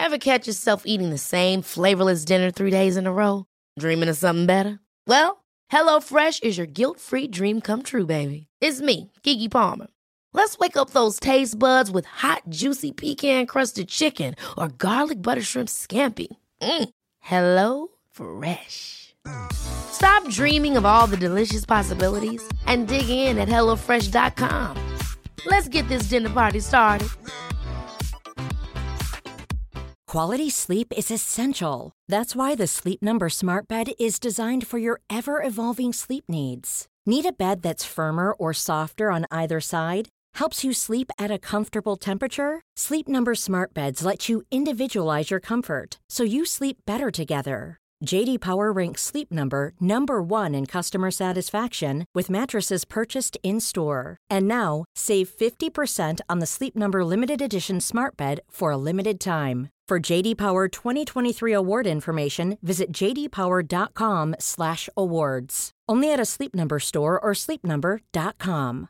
Ever catch yourself eating the same flavorless dinner 3 days in a row? Dreaming of something better? Well, HelloFresh is your guilt-free dream come true, baby. It's me, Keke Palmer. Let's wake up those taste buds with hot, juicy pecan-crusted chicken or garlic butter shrimp scampi. Hello Fresh. Stop dreaming of all the delicious possibilities and dig in at HelloFresh.com. Let's get this dinner party started. Quality sleep is essential. That's why the Sleep Number Smart Bed is designed for your ever-evolving sleep needs. Need a bed that's firmer or softer on either side? Helps you sleep at a comfortable temperature? Sleep Number Smart Beds let you individualize your comfort, so you sleep better together. J.D. Power ranks Sleep Number #1 in customer satisfaction with mattresses purchased in-store. And now, save 50% on the Sleep Number Limited Edition Smart Bed for a limited time. For J.D. Power 2023 award information, visit jdpower.com/awards. Only at a Sleep Number store or sleepnumber.com.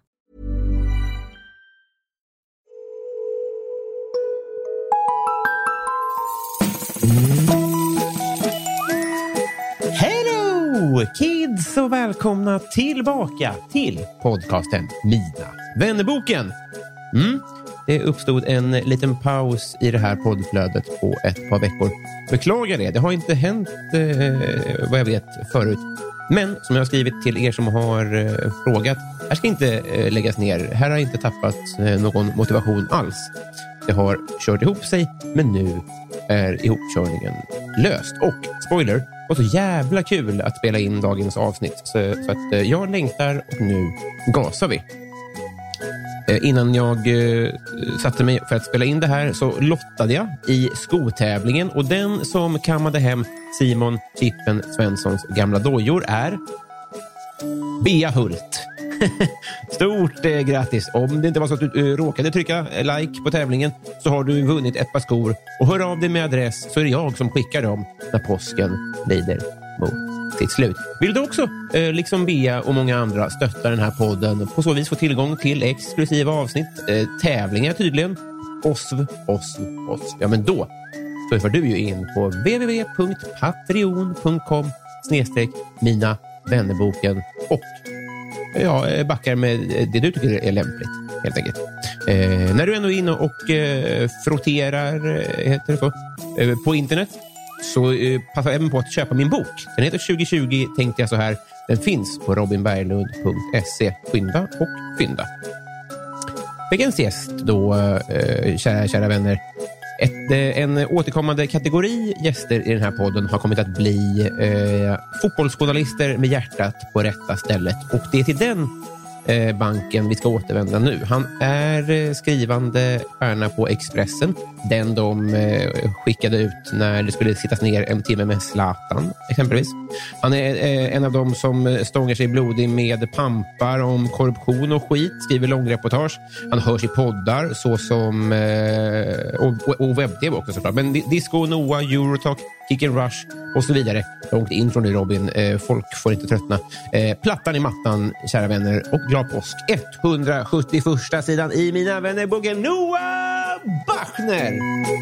Hello kids och välkomna tillbaka till podcasten Mina vännerboken. Det uppstod en liten paus i det här poddflödet på ett par veckor. Beklagar det, det har inte hänt vad jag vet förut. Men som jag har skrivit till er som har frågat, här ska inte läggas ner. Här har inte tappat någon motivation alls. Det har kört ihop sig, men nu är ihopkörningen löst. Och spoiler, det var så jävla kul att spela in dagens avsnitt. Så att jag längtar och nu gasar vi. Innan jag satte mig för att spela in det här så lottade jag i skotävlingen. Och den som kammade hem Simon Chippen Svenssons gamla dojor är Bea Hult. Stort grattis. Om det inte var så att du råkade trycka like på tävlingen så har du vunnit ett par skor. Och hör av dig med adress så är det jag som skickar dem när påsken lider mot sitt slut. Vill du också, liksom Bea och många andra, stötta den här podden på så vis få tillgång till exklusiva avsnitt, tävlingar tydligen, osv. Ja, men då får du ju in på www.patreon.com/minavännerboken och backar med det du tycker är lämpligt, helt enkelt. När du ändå är inne och frotterar heter det så, på internet så passa även på att köpa min bok. Den heter 2020 tänkte jag så här. Den finns på robinberglund.se. Skynda och fynda. Veckans gäst då, kära vänner. En återkommande kategori gäster i den här podden har kommit att bli fotbollsjournalister med hjärtat på rätta stället. Och det är till den banken vi ska återvända nu. Han är skrivande stjärna på Expressen. Den de skickade ut när det skulle sittas ner en timme med Zlatan exempelvis. Han är en av dem som stångar sig blodig med pampar om korruption och skit. Skriver långreportage. Han hörs i poddar såsom och webb-tv också såklart. Men Disco, Noah, Eurotalk, Kick and Rush och så vidare. Långt in från nu, Robin. Folk får inte tröttna. Plattan i mattan, kära vänner. Och glad påsk. 171 sidan i Mina vännerboken. Noah Bachner!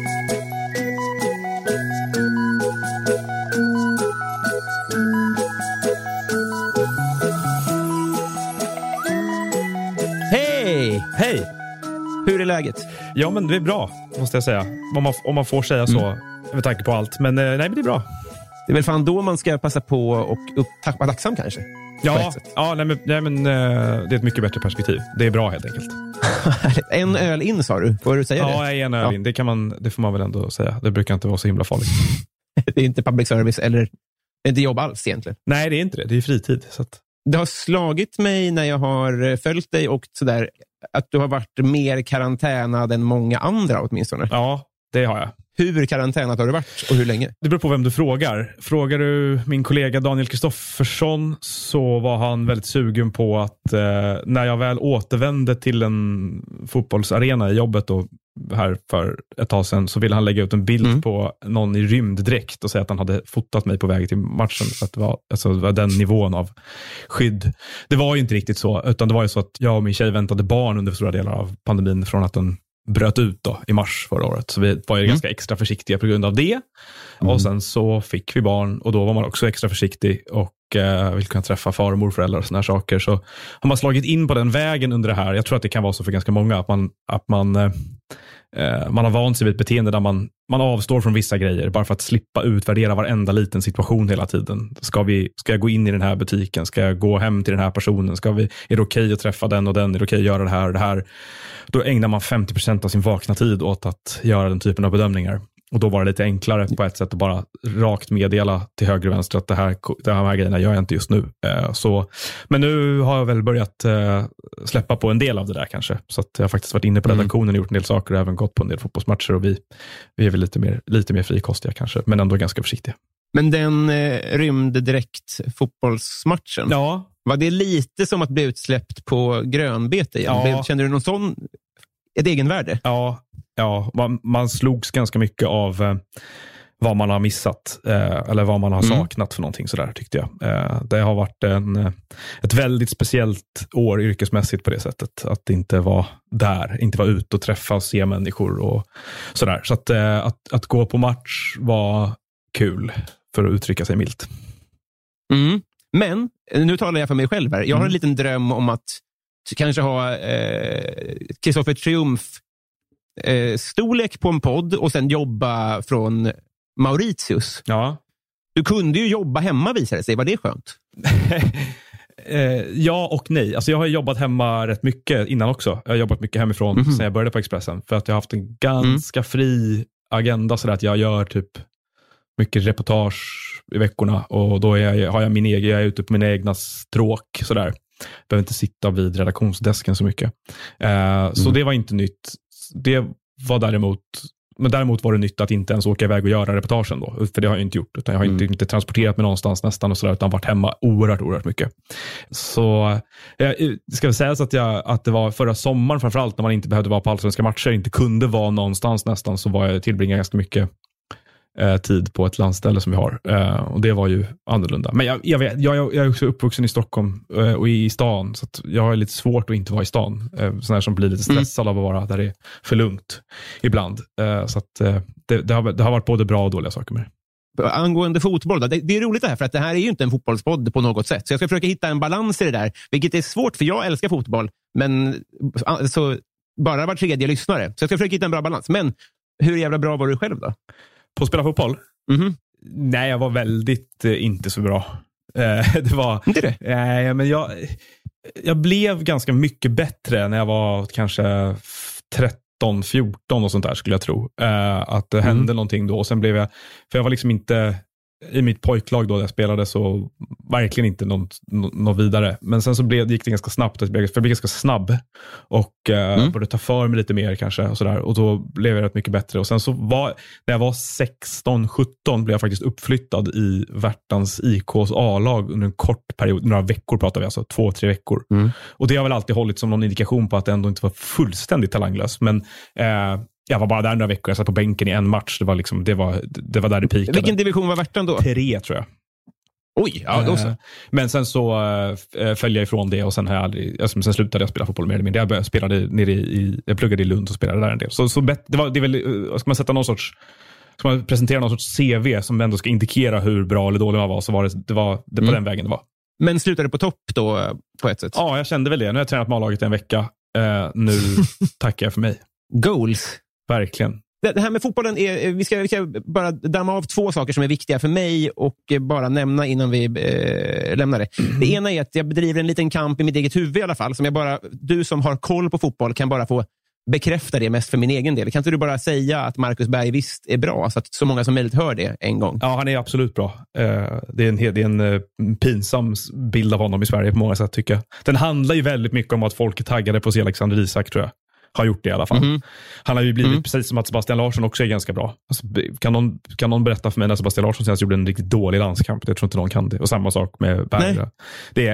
Hej! Hej! Hur är läget? Ja, men det är bra, måste jag säga. Om man får säga så, med tanke på allt. Men nej, men det är bra. Det är väl fan då man ska passa på och tappa tacksam kanske? Ja, nej, men det är ett mycket bättre perspektiv. Det är bra helt enkelt. En öl in, sa du? Får du säga det? Ja, en öl in. Det får man väl ändå säga. Det brukar inte vara så himla farligt. Det är inte public service eller inte jobb alls egentligen. Nej, det är inte det. Det är fritid. Så att... Det har slagit mig när jag har följt dig och sådär att du har varit mer karantänad än många andra åtminstone. Ja, det har jag. Hur karantänat har du varit och hur länge? Det beror på vem du frågar. Frågar du min kollega Daniel Kristoffersson så var han väldigt sugen på att när jag väl återvände till en fotbollsarena i jobbet och här för ett tag sedan så ville han lägga ut en bild på någon i rymddräkt och säga att han hade fotat mig på väg till matchen för att det var den nivån av skydd. Det var ju inte riktigt så, utan det var ju så att jag och min tjej väntade barn under stora delar av pandemin från att den bröt ut då i mars förra året. Så vi var ju ganska extra försiktiga på grund av det. Och sen så fick vi barn och då var man också extra försiktig och vill kunna träffa far- och morföräldrar och såna här saker. Så har man slagit in på den vägen under det här. Jag tror att det kan vara så för ganska många att man har vant sig vid ett beteende där man avstår från vissa grejer bara för att slippa utvärdera varenda liten situation hela tiden. Ska jag gå in i den här butiken? Ska jag gå hem till den här personen? Är det okej att träffa den och den? Är det okej att göra det här och det här? Då ägnar man 50% av sin vakna tid åt att göra den typen av bedömningar. Och då var det lite enklare på ett sätt att bara rakt meddela till höger och vänster att de här grejerna gör jag inte just nu. Men nu har jag väl börjat släppa på en del av det där kanske. Så att jag har faktiskt varit inne på redaktionen och gjort en del saker och även gått på en del fotbollsmatcher. Och vi är väl lite mer frikostiga kanske, men ändå ganska försiktiga. Men den rymde direkt fotbollsmatchen. Ja. Var det lite som att bli utsläppt på grönbete igen? Ja. Kände du någon sån ett egenvärde? Ja, man slogs ganska mycket av vad man har missat eller vad man har saknat för någonting sådär tyckte jag. Det har varit ett väldigt speciellt år yrkesmässigt på det sättet. Att inte vara där, inte vara ute och träffa och se människor och sådär. Så att gå på match var kul för att uttrycka sig milt. Men, nu talar jag för mig själv här. Jag har en liten dröm om att kanske ha Kristoffer Triumf storlek på en podd och sen jobba från Mauritius. Ja. Du kunde ju jobba hemma, visade sig. Var det skönt? Ja och nej. Alltså jag har jobbat hemma rätt mycket innan också. Jag har jobbat mycket hemifrån sen jag började på Expressen. För att jag har haft en ganska fri agenda så att jag gör typ mycket reportage i veckorna. Och då jag är ute på mina egna stråk sådär. Behöver inte sitta vid redaktionsdesken så mycket. Så det var inte nytt. Det var däremot var det nytt att inte ens åka iväg och göra reportagen då. För det har jag inte gjort. Utan jag har inte transporterat mig någonstans nästan och sådär, utan varit hemma oerhört mycket. Så ska vi säga så att det var förra sommaren framförallt när man inte behövde vara på allsvenska matcher, inte kunde vara någonstans nästan, så var jag tillbringade ganska mycket tid på ett landställe som vi har. Och det var ju annorlunda. Men jag är också uppvuxen i Stockholm och i stan, så att jag har lite svårt att inte vara i stan. Sån här som blir lite stressad av att vara där det är för lugnt ibland. Så att det har varit både bra och dåliga saker med det. Angående fotboll då, det är roligt det här, för att det här är ju inte en fotbollspodd på något sätt. Så jag ska försöka hitta en balans i det där, vilket är svårt för jag älskar fotboll, men alltså, bara var tredje lyssnare. Så jag ska försöka hitta en bra balans. Men hur jävla bra var du själv då? På att spela fotboll? Nej, jag var väldigt inte så bra. Det var... Inte det? Nej, men jag blev ganska mycket bättre när jag var kanske 13-14 och sånt där, skulle jag tro. Att det hände någonting då. Och sen blev för jag var liksom inte i mitt pojklag då där jag spelade, så verkligen inte något vidare. Men sen så gick det ganska snabbt. Jag blev ganska snabb och började ta för mig lite mer kanske och sådär. Och då blev jag rätt mycket bättre. Och sen så när jag var 16-17 blev jag faktiskt uppflyttad i Värtans IKs A-lag under en kort period. Några veckor pratar vi, alltså 2-3 veckor. Och det har väl alltid hållit som någon indikation på att det ändå inte var fullständigt talanglös. Men jag var bara där några veckor. Jag satt på bänken i en match. Det var där det peakade. Vilken division var Värtan då? 3, tror jag. Oj, ja då så. Men sen så följde jag ifrån det och sen sen slutade jag spela fotboll mer eller mindre. Jag spelade jag pluggade i Lund och spelade där en del. Så det är väl, ska man sätta ska man presentera någon sorts CV som ändå ska indikera hur bra eller dålig man var, så var det var på den vägen det var. Men slutade på topp då på ett sätt? Ja, jag kände väl det. Nu har jag tränat med A-laget en vecka. Nu tackar jag för mig. Goals. Verkligen. Det här med fotbollen vi ska bara damma av 2 saker som är viktiga för mig och bara nämna innan vi lämnar det. Det ena är att jag bedriver en liten kamp i mitt eget huvud i alla fall, som du som har koll på fotboll kan bara få bekräfta det mest för min egen del. Kan inte du bara säga att Marcus Berg visst är bra, så att så många som möjligt hör det en gång? Ja, han är absolut bra. Det är en pinsam bild av honom i Sverige på många sätt, tycker jag. Den handlar ju väldigt mycket om att folk är taggade på att se Alexander Isak, tror jag. Har gjort det i alla fall. Han har ju blivit precis som att Sebastian Larsson också är ganska bra. Alltså, kan någon berätta för mig när Sebastian Larsson senast gjorde en riktigt dålig landskamp? Jag tror inte någon kan det. Och samma sak med Berg. Det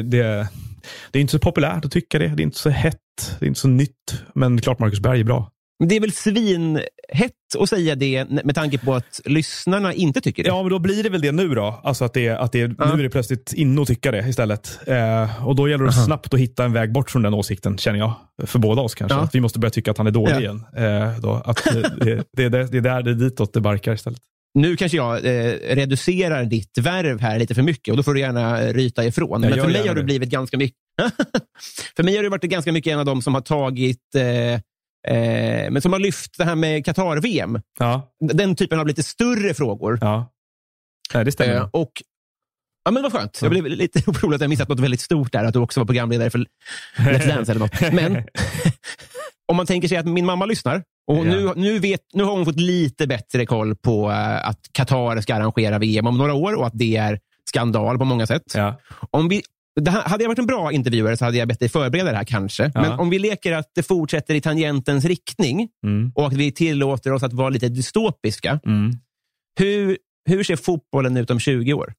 är inte så populärt att tycka det. Det är inte så hett. Det är inte så nytt. Men klart Marcus Berg är bra. Men det är väl svinhett att säga det med tanke på att lyssnarna inte tycker det. Ja, men då blir det väl det nu då. Alltså att nu är det plötsligt inne att tycka det istället. Och då gäller det snabbt att hitta en väg bort från den åsikten, känner jag. För båda oss kanske. Att vi måste börja tycka att han är dålig igen. Då, att det är ditåt det barkar istället. Nu kanske jag reducerar ditt värv här lite för mycket och då får du gärna ryta ifrån. Men för mig har du blivit ganska mycket... För mig har du varit ganska mycket en av dem som har tagit... men som har lyft det här med Qatar-VM. Ja. Den typen av lite större frågor. Ja, det stämmer. Och ja, men vad skönt. Jag blev lite orolig att jag missat något väldigt stort där. Att du också var programledare för Let's Dance eller något. Men om man tänker sig att min mamma lyssnar. Och nu har hon fått lite bättre koll på att Qatar ska arrangera VM om några år. Och att det är skandal på många sätt. Ja. Hade jag varit en bra intervjuare så hade jag bett dig förbereda det här kanske. Ja. Men om vi leker att det fortsätter i tangentens riktning och att vi tillåter oss att vara lite dystopiska. Hur ser fotbollen ut om 20 år?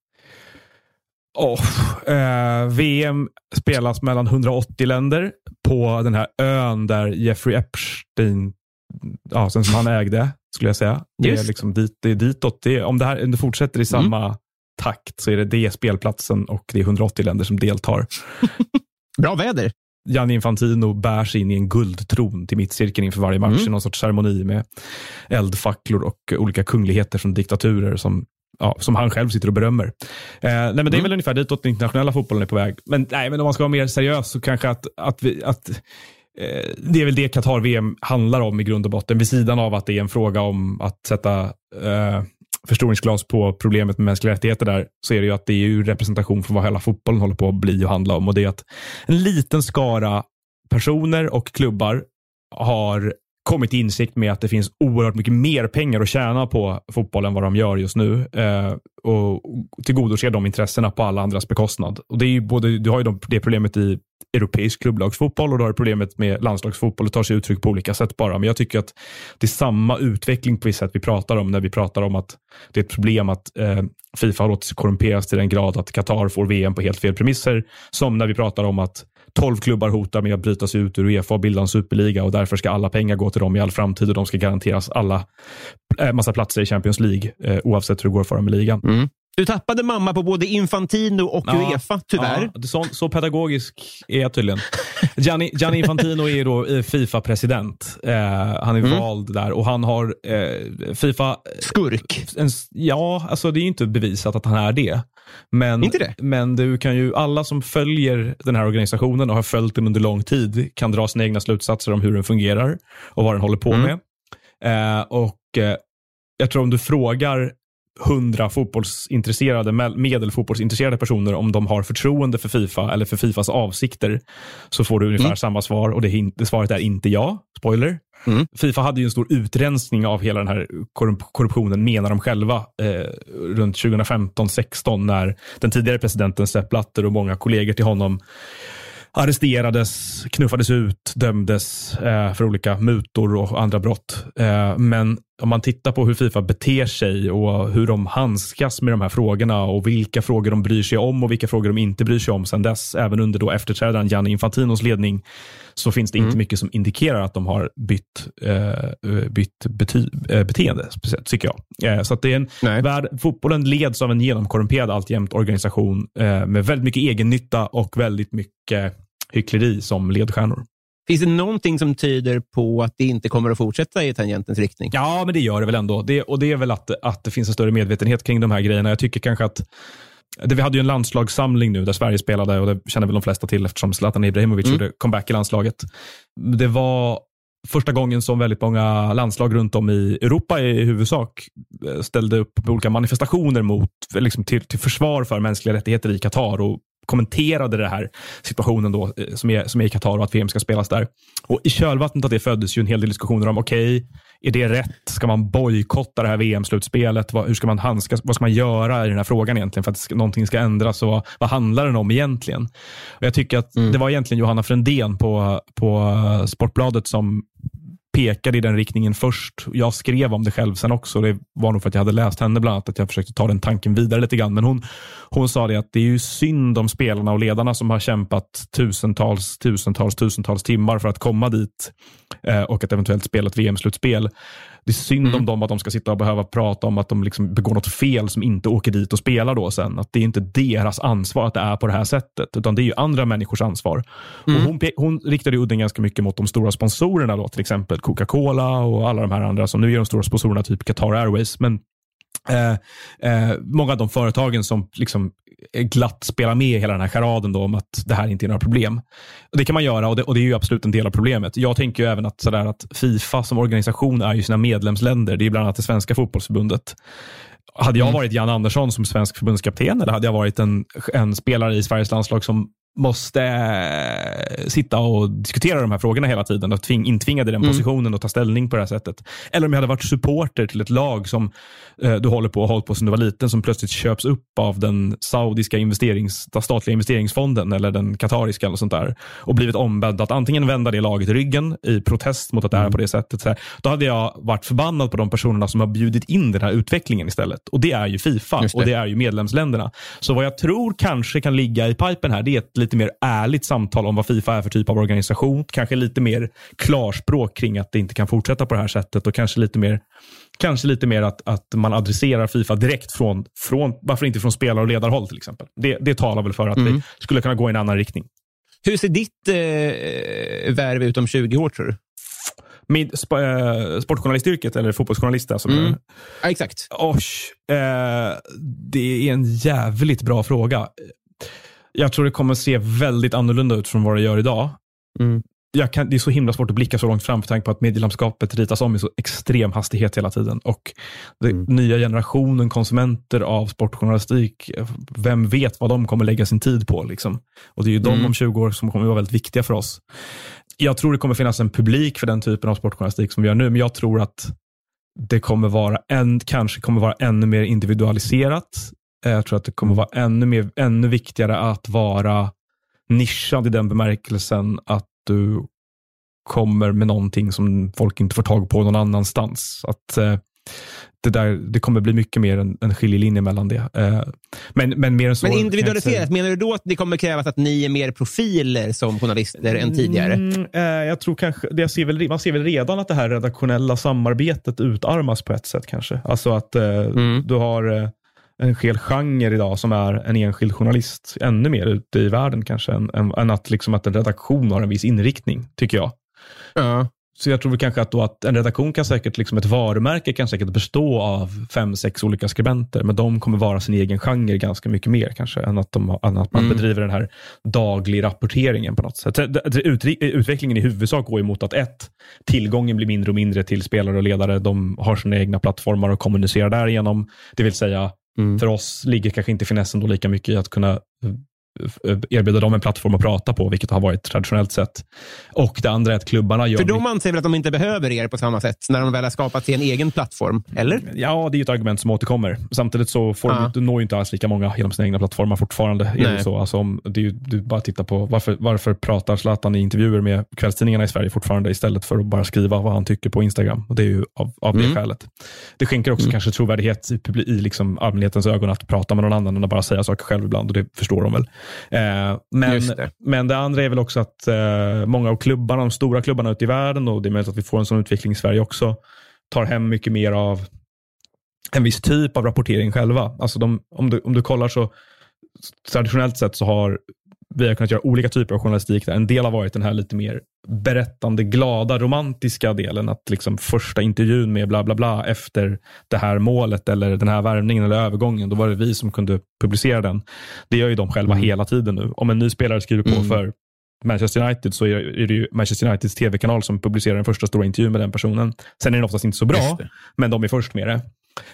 VM spelas mellan 180 länder på den här ön där Jeffrey Epstein, sen som han ägde, skulle jag säga. Det är liksom ditåt. Om det fortsätter i samma takt så är det spelplatsen och det är 180 länder som deltar. Bra väder. Gianni Infantino bärs in i en guldtron till mittcirkeln inför varje match i någon sorts ceremoni med eldfacklor och olika kungligheter från diktaturer som han själv sitter och berömmer. Nej, men det är väl ungefär ditåt den internationella fotbollen är på väg. Men om man ska vara mer seriös så kanske att det är väl det Qatar-VM handlar om i grund och botten. Vid sidan av att det är en fråga om att sätta förstoringsglas på problemet med mänskliga rättigheter där, så är det ju att det är ju representation för vad hela fotbollen håller på att bli och handla om. Och det är att en liten skara personer och klubbar har kommit till insikt med att det finns oerhört mycket mer pengar att tjäna på fotbollen än vad de gör just nu, och tillgodoser de intressena på alla andras bekostnad. Och det är ju du har ju det problemet i europeisk klubblagsfotboll och då har du problemet med landslagsfotboll. Det tar sig uttryck på olika sätt bara. Men jag tycker att det är samma utveckling på vissa sätt vi pratar om när vi pratar om att det är ett problem att FIFA har låtit sig korrumperas till den grad att Qatar får VM på helt fel premisser, som när vi pratar om att 12 klubbar hotar med att bryta sig ut ur UEFA och bilda en superliga och därför ska alla pengar gå till dem i all framtid och de ska garanteras alla massa platser i Champions League oavsett hur det går för dem i ligan. Du tappade mamma på både Infantino och UEFA, tyvärr. Ja, så pedagogisk är jag tydligen. Gianni Infantino är då FIFA-president. Han är vald där och han har FIFA... Skurk. Alltså det är inte bevisat att han är det. Men, inte det? Men du kan ju, alla som följer den här organisationen och har följt den under lång tid kan dra sina egna slutsatser om hur den fungerar och vad den håller på med. Jag tror om du frågar 100 medelfotbollsintresserade personer om de har förtroende för FIFA eller för FIFAs avsikter, så får du ungefär samma svar, och det svaret är inte ja. Spoiler. FIFA hade ju en stor utrensning av hela den här korruptionen, menar de själva, runt 2015-16 när den tidigare presidenten Sepp Blatter och många kollegor till honom arresterades, knuffades ut, dömdes för olika mutor och andra brott. Men om man tittar på hur FIFA beter sig och hur de handskas med de här frågorna och vilka frågor de bryr sig om och vilka frågor de inte bryr sig om sedan dess, även under då efterträdaren Gianni Infantinos ledning, så finns det inte mycket som indikerar att de har bytt beteende, speciellt, tycker jag. Så att det är fotbollen leds av en genomkorrumperad alltjämt organisation med väldigt mycket egennytta och väldigt mycket hyckleri som ledstjärnor. Finns det någonting som tyder på att det inte kommer att fortsätta i tangentens riktning? Ja, men det gör det väl ändå. Det är väl att det finns en större medvetenhet kring de här grejerna. Jag tycker kanske att vi hade ju en landslagssamling nu där Sverige spelade, och det känner väl de flesta till eftersom Zlatan Ibrahimovic gjorde comeback i landslaget. Det var första gången som väldigt många landslag runt om i Europa i huvudsak ställde upp på olika manifestationer mot, liksom till försvar för mänskliga rättigheter i Qatar och kommenterade det här situationen då som är i Qatar och att VM ska spelas där. Och i kölvattnet av det föddes ju en hel del diskussioner om är det rätt? Ska man bojkotta det här VM-slutspelet? Hur ska man handskas? Vad ska man göra i den här frågan egentligen för att någonting ska ändras? Och vad handlar den om egentligen? Och jag tycker att det var egentligen Johanna Frändén på Sportbladet som pekade i den riktningen först. Jag skrev om det själv sen också. Det var nog för att jag hade läst henne bland annat, att jag försökte ta den tanken vidare lite grann. Men hon sa det att det är ju synd om spelarna och ledarna som har kämpat tusentals timmar för att komma dit och att eventuellt spela ett VM-slutspel. Det är synd om dem att de ska sitta och behöva prata om att de liksom begår något fel som inte åker dit och spelar då sen. Att det är inte deras ansvar att det är på det här sättet, utan det är ju andra människors ansvar. Och hon riktade udden ganska mycket mot de stora sponsorerna då, till exempel Coca-Cola och alla de här andra som nu är de stora sponsorerna, typ Qatar Airways. Men många av de företagen som liksom glatt spelar med i hela den här charaden då, om att det här inte är några problem. Det kan man göra, och det är ju absolut en del av problemet. Jag tänker ju även att, sådär, att FIFA som organisation är ju sina medlemsländer. Det är bland annat det svenska fotbollsförbundet. Hade jag varit Jan Andersson som svensk förbundskapten, eller hade jag varit en spelare i Sveriges landslag som måste sitta och diskutera de här frågorna hela tiden och intvingade den positionen och ta ställning på det här sättet. Eller om jag hade varit supporter till ett lag som du hållit på sedan du var liten, som plötsligt köps upp av den saudiska statliga investeringsfonden eller den katariska eller sånt där, och blivit ombedd att antingen vända det laget i ryggen i protest mot att det är på det sättet. Så här, då hade jag varit förbannad på de personerna som har bjudit in den här utvecklingen istället. Och det är ju FIFA och det är ju medlemsländerna. Så vad jag tror kanske kan ligga i pipen här, det är ett lite mer ärligt samtal om vad FIFA är för typ av organisation. Kanske lite mer klarspråk kring att det inte kan fortsätta på det här sättet, och kanske lite mer att man adresserar FIFA direkt från varför inte från spelar- och ledarhåll till exempel. Det talar väl för att vi skulle kunna gå i en annan riktning. Hur ser ditt värv ut om 20 år, tror du? Med sportjournalistyrket eller fotbollsjournalist alltså. Ja, exakt. Det är en jävligt bra fråga. Jag tror det kommer se väldigt annorlunda ut från vad det gör idag. Det är så himla svårt att blicka så långt fram för tanke på att medielandskapet ritas om i så extrem hastighet hela tiden. Och nya generationen konsumenter av sportjournalistik, vem vet vad de kommer lägga sin tid på liksom. Och det är ju de om 20 år som kommer vara väldigt viktiga för oss. Jag tror det kommer finnas en publik för den typen av sportjournalistik som vi gör nu, men jag tror att det kanske kommer vara ännu mer individualiserat. Jag tror att det kommer vara ännu viktigare att vara nischad i den bemärkelsen att du kommer med någonting som folk inte får tag på någon annanstans. Att det kommer bli mycket mer en skiljelinje mellan det. Men mer än så. Men individualiserat, menar du då att det kommer krävas att ni är mer profiler som journalister än tidigare? Jag tror kanske, man ser väl redan att det här redaktionella samarbetet utarmas på ett sätt kanske. Alltså att du har en hel genre idag som är en enskild journalist ännu mer ute i världen kanske än att, liksom, att en redaktion har en viss inriktning, tycker jag. Ja. Så jag tror väl kanske att en redaktion kan säkert, liksom ett varumärke kan säkert bestå av 5-6 olika skribenter, men de kommer vara sin egen genre ganska mycket mer kanske än att man bedriver den här dagliga rapporteringen på något sätt. Utvecklingen i huvudsak går emot att tillgången blir mindre och mindre till spelare och ledare. De har sina egna plattformar och kommunicerar därigenom. Det vill säga, för oss ligger kanske inte finessen då lika mycket i att kunna erbjuda dem en plattform att prata på, vilket har varit traditionellt sett. Och det andra är att klubbarna gör... För de anser väl att de inte behöver er på samma sätt när de väl har skapat sin egen plattform, eller? Ja, det är ju ett argument som återkommer. Samtidigt så når ju inte alls lika många genom sina egna plattformar fortfarande. Är det så? Alltså, du bara tittar på varför pratar Zlatan i intervjuer med kvällstidningarna i Sverige fortfarande istället för att bara skriva vad han tycker på Instagram. Och det är ju av det skälet. Det skänker också kanske trovärdighet i liksom allmänhetens ögon att prata med någon annan än att bara säga saker själv ibland, och det förstår de väl. Men det andra är väl också att många av klubbarna, de stora klubbarna ute i världen, och det är möjligt att vi får en sån utveckling i Sverige också, tar hem mycket mer av en viss typ av rapportering själva. Alltså om du kollar, så traditionellt sett så har vi har kunnat göra olika typer av journalistik där. En del har varit den här lite mer berättande, glada, romantiska delen, att liksom första intervjun med bla bla bla efter det här målet eller den här värvningen eller övergången, då var det vi som kunde publicera den. Det gör ju de själva hela tiden nu. Om en ny spelare skriver på för Manchester United, så är det ju Manchester Uniteds tv-kanal som publicerar den första stora intervjun med den personen. Sen är den oftast inte så bra, men de är först med det.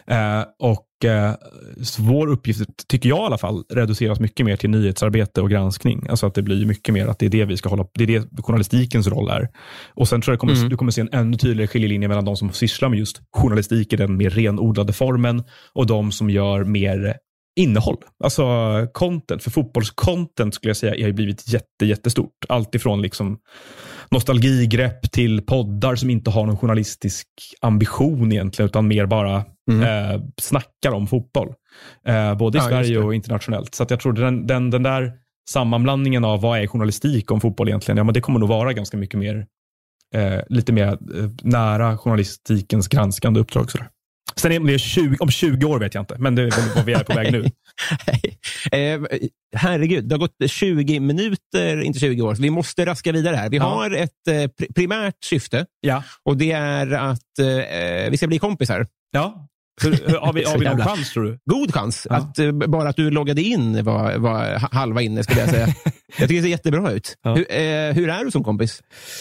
Vår uppgift, tycker jag i alla fall, reduceras mycket mer till nyhetsarbete och granskning. Alltså att det blir mycket mer att det är det vi ska hålla, det är det journalistikens roll är. Och sen tror jag du kommer se en ännu tydligare skiljelinje mellan de som sysslar med just journalistik i den mer renodlade formen och de som gör mer innehåll. Alltså content, för fotbollscontent skulle jag säga har blivit jättestort. Allt ifrån liksom nostalgigrepp till poddar som inte har någon journalistisk ambition egentligen, utan mer bara snackar om fotboll. Både i Sverige och internationellt. Så att jag tror den där sammanblandningen av vad är journalistik om fotboll egentligen, ja, men det kommer nog vara ganska mycket mer lite mer nära journalistikens granskande uppdrag sådär. Sen är det om 20 år vet jag inte, men det är vad vi är på väg nu. Herregud, det har gått 20 minuter, inte 20 år. Så vi måste raska vidare här. Vi har ett primärt syfte. Ja. Och det är att vi ska bli kompisar. Ja. Så, har vi någon chans, tror du? God chans. Ja. Bara att du loggade in var halva inne, skulle jag säga. Jag tycker det ser jättebra ut. Ja. Hur är du som kompis?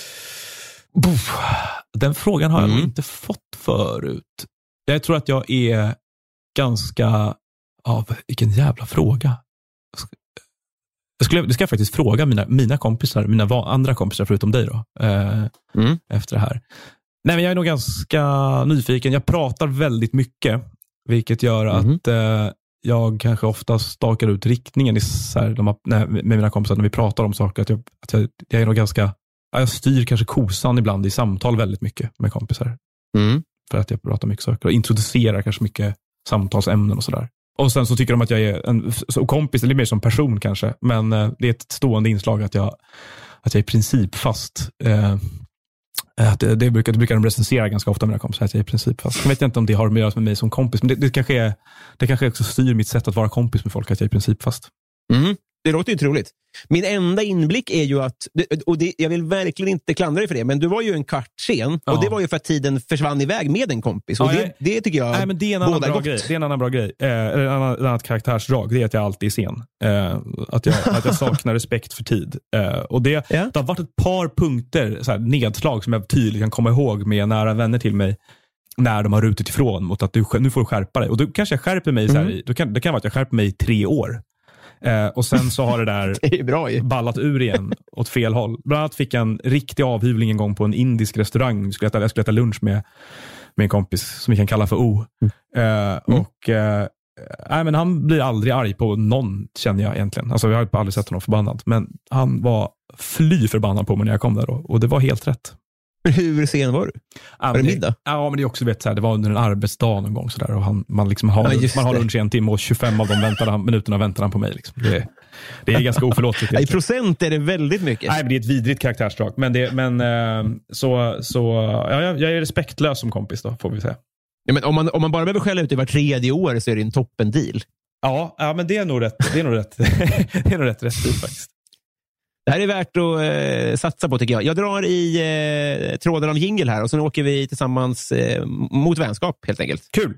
Den frågan har jag nog inte fått förut. Jag tror att jag är ganska... vilken jävla fråga. Det ska jag faktiskt fråga mina kompisar, mina andra kompisar förutom dig då. Efter det här. Nej, men jag är nog ganska nyfiken. Jag pratar väldigt mycket, vilket gör att jag kanske ofta stakar ut riktningen med mina kompisar när vi pratar om saker. Att jag är nog ganska... Jag styr kanske kosan ibland i samtal väldigt mycket med kompisar. För att jag pratar mycket saker och introducerar kanske mycket samtalsämnen och sådär. Och sen så tycker de att jag är en kompis, eller mer som person kanske. Men det är ett stående inslag att jag är i princip fast. Det brukar de recensera ganska ofta med mina kompisar, att jag är i princip fast. Jag vet inte om det har att göra med mig som kompis, men det kanske också styr mitt sätt att vara kompis med folk, att jag är i princip fast. Det låter ju troligt. Min enda inblick är ju att, jag vill verkligen inte klandra dig för det, men du var ju en kvart sen, och det var ju för att tiden försvann iväg med en kompis. Och det tycker jag men det är en annan bra grej. Det är en annan bra grej. Ett annat karaktärsdrag, det är att jag alltid är sen. Att jag saknar respekt för tid. Och det har varit ett par punkter, så här, nedslag som jag tydligt kan komma ihåg med nära vänner till mig, när de har rutit ifrån mot att nu får du skärpa dig. Och då kanske jag skärper mig så här, det kan vara att jag skärper mig i 3 år. Och sen så har det där det är bra, ballat ur igen åt fel håll. Bland annat fick jag en riktig avhyvling en gång på en indisk restaurang. Jag skulle äta lunch med en kompis som vi kan kalla för O. Men han blir aldrig arg på någon, känner jag egentligen. Alltså jag har aldrig sett honom förbannad. Men han var fly förbannad på mig när jag kom där då. Och det var helt rätt. Hur sen var du? Var det middag? Ja, men det är också, det var under en arbetsdag någon gång sådär, och man har lunch i 1 timme och 25 av de minuterna väntar han på mig liksom. Det är ganska oförlåtligt. I procent är det väldigt mycket. Nej, men det är ett vidrigt karaktärsdrag, jag är respektlös som kompis då, får vi säga. Ja, men om man bara behöver skälla ut i var 3:e år, så är det en toppen deal. Ja, men det är nog rätt. Det är nog rätt. Det är nog rätt tid faktiskt. Det här är värt att satsa på, tycker jag. Jag drar i tråden av jingle här, och sen åker vi tillsammans mot vänskap, helt enkelt. Kul!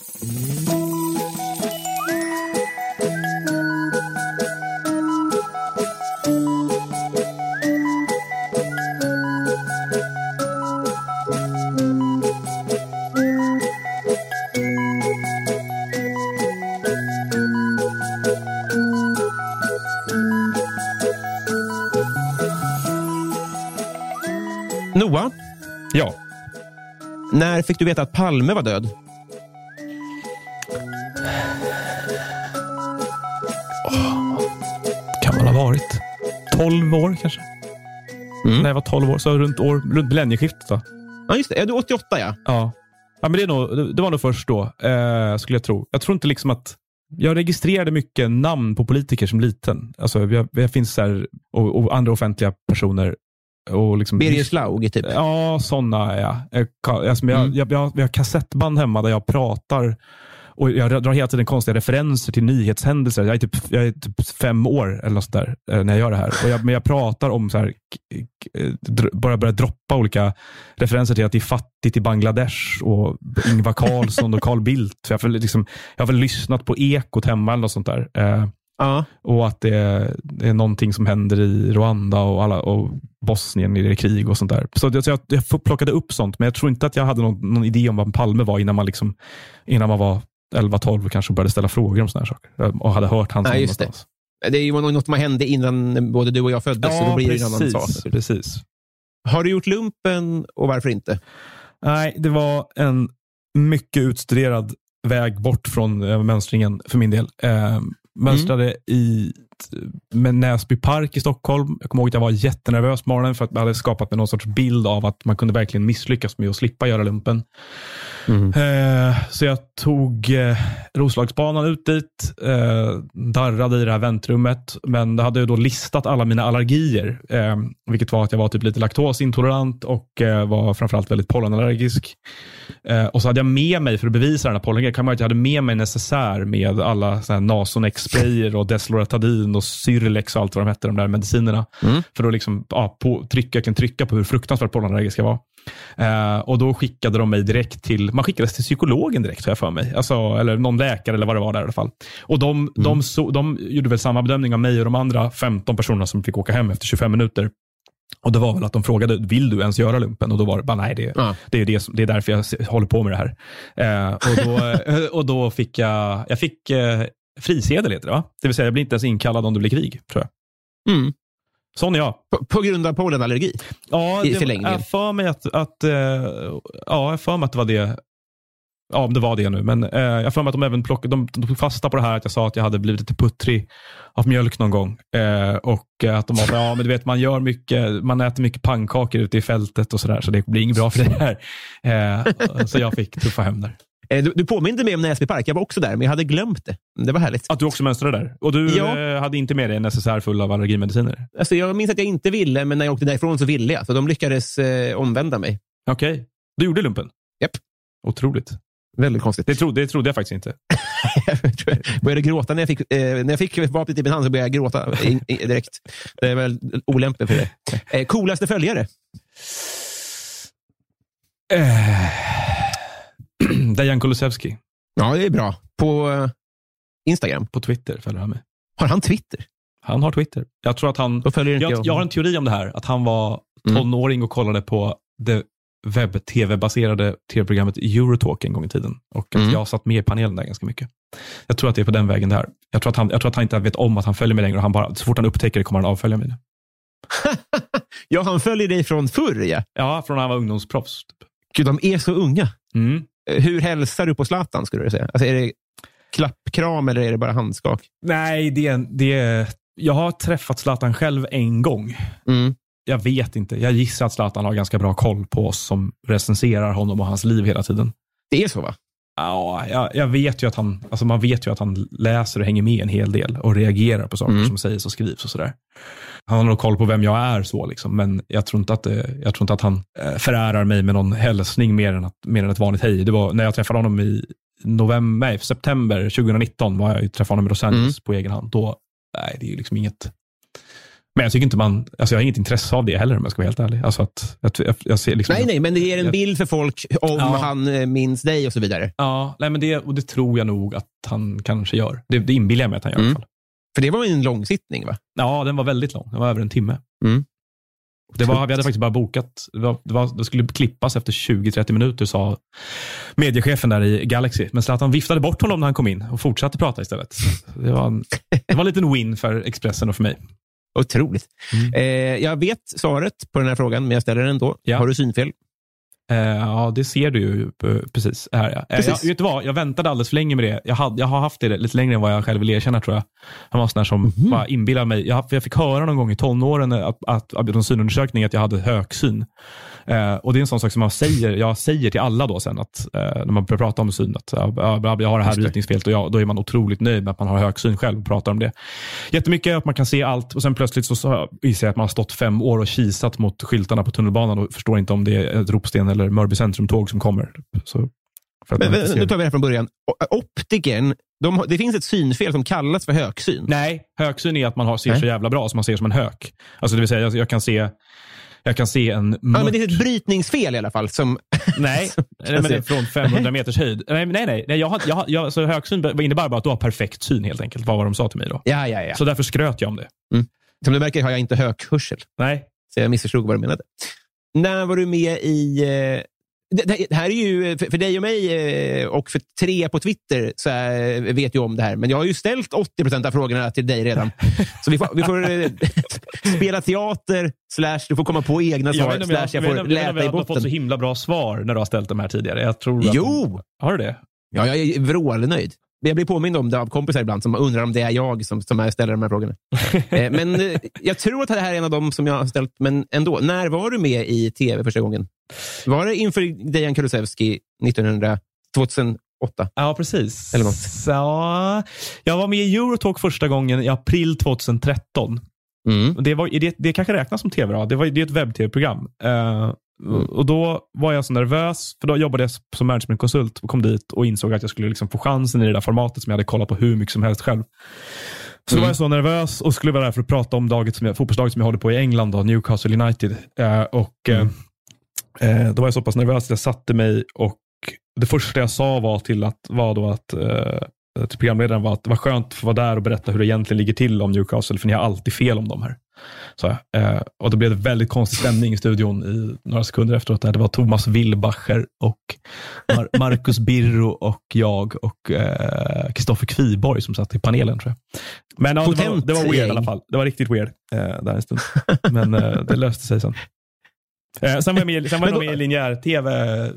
Noah? Ja. När fick du veta att Palme var död? Kan man ha varit 12 år kanske? När jag var 12 år, så runt millennieskiftet då. Ja, just det. Är du 88, ja? Ja, men det var nog först då, skulle jag tro. Jag tror inte liksom att jag registrerade mycket namn på politiker som liten. Alltså jag finns så här, och andra offentliga personer. Och liksom, Birger Schlaug typ. Ja, sådana ja. Jag har kassettband hemma där jag pratar, och jag drar hela tiden konstiga referenser till nyhetshändelser. Jag är typ 5 år eller något sånt där när jag gör det här. Men jag pratar om så här, bara börjar droppa olika referenser till att det är fattigt i Bangladesh och Ingvar Carlsson och Carl Bildt. Jag har väl lyssnat på Ekot hemma eller något sånt där. Och att det är någonting som händer i Rwanda och Bosnien i det krig och sånt där. Så jag plockade upp sånt, men jag tror inte att jag hade någon idé om vad Palme var innan man var 11-12 och kanske började ställa frågor om såna här saker och hade hört hans någonstans. Det är ju något som hände innan både du och jag föddes, så då blir det en annan sak. Precis. Har du gjort lumpen, och varför inte? Nej, det var en mycket utstuderad väg bort från mönstringen för min del. Mönstrade i Näsby Park i Stockholm. Jag kommer ihåg att jag var jättenervös på morgonen för att jag hade skapat med någon sorts bild av att man kunde verkligen misslyckas med att slippa göra lumpen. Så jag tog Roslagsbanan ut dit, darrade i det här väntrummet, men det hade ju då listat alla mina allergier, vilket var att jag var typ lite laktosintolerant och var framförallt väldigt pollenallergisk. Och så hade jag med mig, för att bevisa den här pollenallergin, kan man att jag hade med mig en necessär med alla Nasonex-sprayer och Desloratadin och Syrlex och allt vad de hette, de där medicinerna, för att liksom, trycka på hur fruktansvärt pollenallergisk jag var. Och då skickade de mig direkt till, man skickades till psykologen direkt, tror jag för mig, alltså, eller någon läkare eller vad det var där i alla fall. Och de gjorde väl samma bedömning av mig och de andra 15 personerna som fick åka hem efter 25 minuter. Och det var väl att de frågade, vill du ens göra lumpen? Och då var det bara, nej, det är därför jag håller på med det här. Och då fick jag fick frisedel, heter det, va? Det vill säga, jag blir inte ens inkallad om det blir krig, tror jag. Sån är jag. På grund av pollenallergi? Ja, jag för mig att det var det. Ja, om det var det nu. Men jag för mig att de även de tog fasta på det här att jag sa att jag hade blivit lite puttrig av mjölk någon gång. Och att de var, men du vet, man äter mycket pannkakor ute i fältet och sådär, så det blir inget bra för det här. Så jag fick tuffa hem där. Du påminde mig om Näsby Park. Jag var också där, men jag hade glömt det. Det var härligt. Att du också mönstrade där. Och du hade inte med dig en necessär full av allergimediciner? Alltså, jag minns att jag inte ville, men när jag åkte därifrån så ville jag. Så de lyckades omvända mig. Okej. Du gjorde lumpen? Japp. Otroligt. Väldigt konstigt. Det trodde jag faktiskt inte. Jag började gråta när jag fick vapnet i min hand, så började jag gråta direkt. Det är väl olämpligt för det. Coolaste följare? Dejan Kulusevski. Ja, det är bra. På Instagram? På Twitter följer han med. Har han Twitter? Han har Twitter. Jag tror att han... Jag har en teori om det här. Att han var tonåring och kollade på det webb-tv-baserade tv-programmet Eurotalk en gång i tiden. Och att jag satt med i panelen där ganska mycket. Jag tror att det är på den vägen där. Jag tror att han inte vet om att han följer mig längre. Och han bara, så fort han upptäcker det kommer han avfölja mig. Ja, han följer dig från förr, ja. Ja, från när han var ungdomsproffs. Gud, de är så unga. Hur hälsar du på Zlatan, skulle du säga? Alltså, är det klappkram eller är det bara handskak? Nej, jag har träffat Zlatan själv en gång. Jag vet inte. Jag gissar att Zlatan har ganska bra koll på oss som recenserar honom och hans liv hela tiden. Det är så, va? Ja, jag vet ju att man vet ju att han läser och hänger med en hel del och reagerar på saker som sägs och skrivs och sådär. Han har nog koll på vem jag är så liksom, men jag tror inte att han förärar mig med någon hälsning mer än ett vanligt hej. Det var när jag träffade honom i september 2019 var jag träffade honom i Los Angeles på egen hand. Då, nej, det är ju liksom inget. Men jag tycker inte jag har inget intresse av det heller, om jag ska vara helt ärlig. Alltså att jag ser liksom... Nej, men det ger en bild för folk om han minns dig och så vidare. Ja, nej, men det tror jag nog att han kanske gör. Det inbillar jag mig att han gör i alla fall. För det var en lång sittning, va? Ja, den var väldigt lång. Den var över en timme. Vi hade faktiskt bara bokat. Det skulle klippas efter 20-30 minuter, sa mediechefen där i Galaxy. Men så att han viftade bort honom när han kom in och fortsatte prata istället. Det var en liten win för Expressen och för mig. Otroligt. Jag vet svaret på den här frågan, men jag ställer den ändå. Ja. Har du synfel? Ja, det ser du ju precis här. Ja. Precis. Vet du vad? Jag väntade alldeles för länge med det. Jag har haft det lite längre än vad jag själv vill erkänna, tror jag. Han var sån där som bara inbillar mig. Jag fick höra någon gång i tonåren att en synundersökning att jag hade högsyn. Och det är en sån sak som jag säger till alla då sen, att när man börjar prata om syn, att jag har det här brytningsfelet, och då är man otroligt nöjd med att man har högsyn själv och pratar om det. Jättemycket att man kan se allt, och sen plötsligt så gissar jag att man har stått 5 år och kisat mot skyltarna på tunnelbanan och förstår inte om det är ett Ropsten eller Mörby centrumtåg som kommer. Så, men nu tar vi det här från början. Optiken, det finns ett synfel som kallas för högsyn. Nej, högsyn är att man ser så jävla bra som man ser som en hök. Alltså det vill säga, jag kan se en... Ja, men det är ett brytningsfel i alla fall. Som nej, men det är från 500 meters höjd. Nej, så högsyn innebär bara att du har perfekt syn, helt enkelt. Vad var de sa till mig då? Ja. Så därför skröt jag om det. Som du märker har jag inte höghörsel. Nej. Så jag missförstod vad du menade. När var du med i... Det här är ju för dig och mig och för 3 på Twitter, så vet jag om det här. Men jag har ju ställt 80% av frågorna till dig redan. Så vi får spela teater / du får komma på egna svar / jag får läta i botten. Du har fått så himla bra svar när du har ställt de här tidigare. Jag tror att har du det? Ja, jag är vrålnöjd. Jag blir påmind om det av kompisar ibland som undrar om det är jag som ställer de här frågorna. Men jag tror att det här är en av dem som jag har ställt. Men ändå, när var du med i tv första gången? Var det inför Dejan Kulusevski 2008? Ja, precis. Eller något. Så, jag var med i Eurotalk första gången i april 2013. Det kanske räknas som tv då. Det är ett webb-tv-program. Och då var jag så nervös, för då jobbade jag som managementkonsult och kom dit och insåg att jag skulle liksom få chansen i det där formatet som jag hade kollat på hur mycket som helst själv. Så då var jag så nervös och skulle vara där för att prata om fotbollslaget som jag håller på i England då, Newcastle United. Då var jag så pass nervös att jag satte mig, och det första jag sa var till programledaren var att det var skönt att få vara där och berätta hur det egentligen ligger till om Newcastle, för ni har alltid fel om dem här. Så, och då blev det väldigt konstig stämning i studion i några sekunder efteråt. Det var Thomas Wilbacher och Marcus Birro och jag och Kristoffer Kviborg som satt i panelen, tror jag. Men ja, det var weird i alla fall. Det var riktigt weird där en stund. Men det löste sig sen. Sen var jag med i linjär tv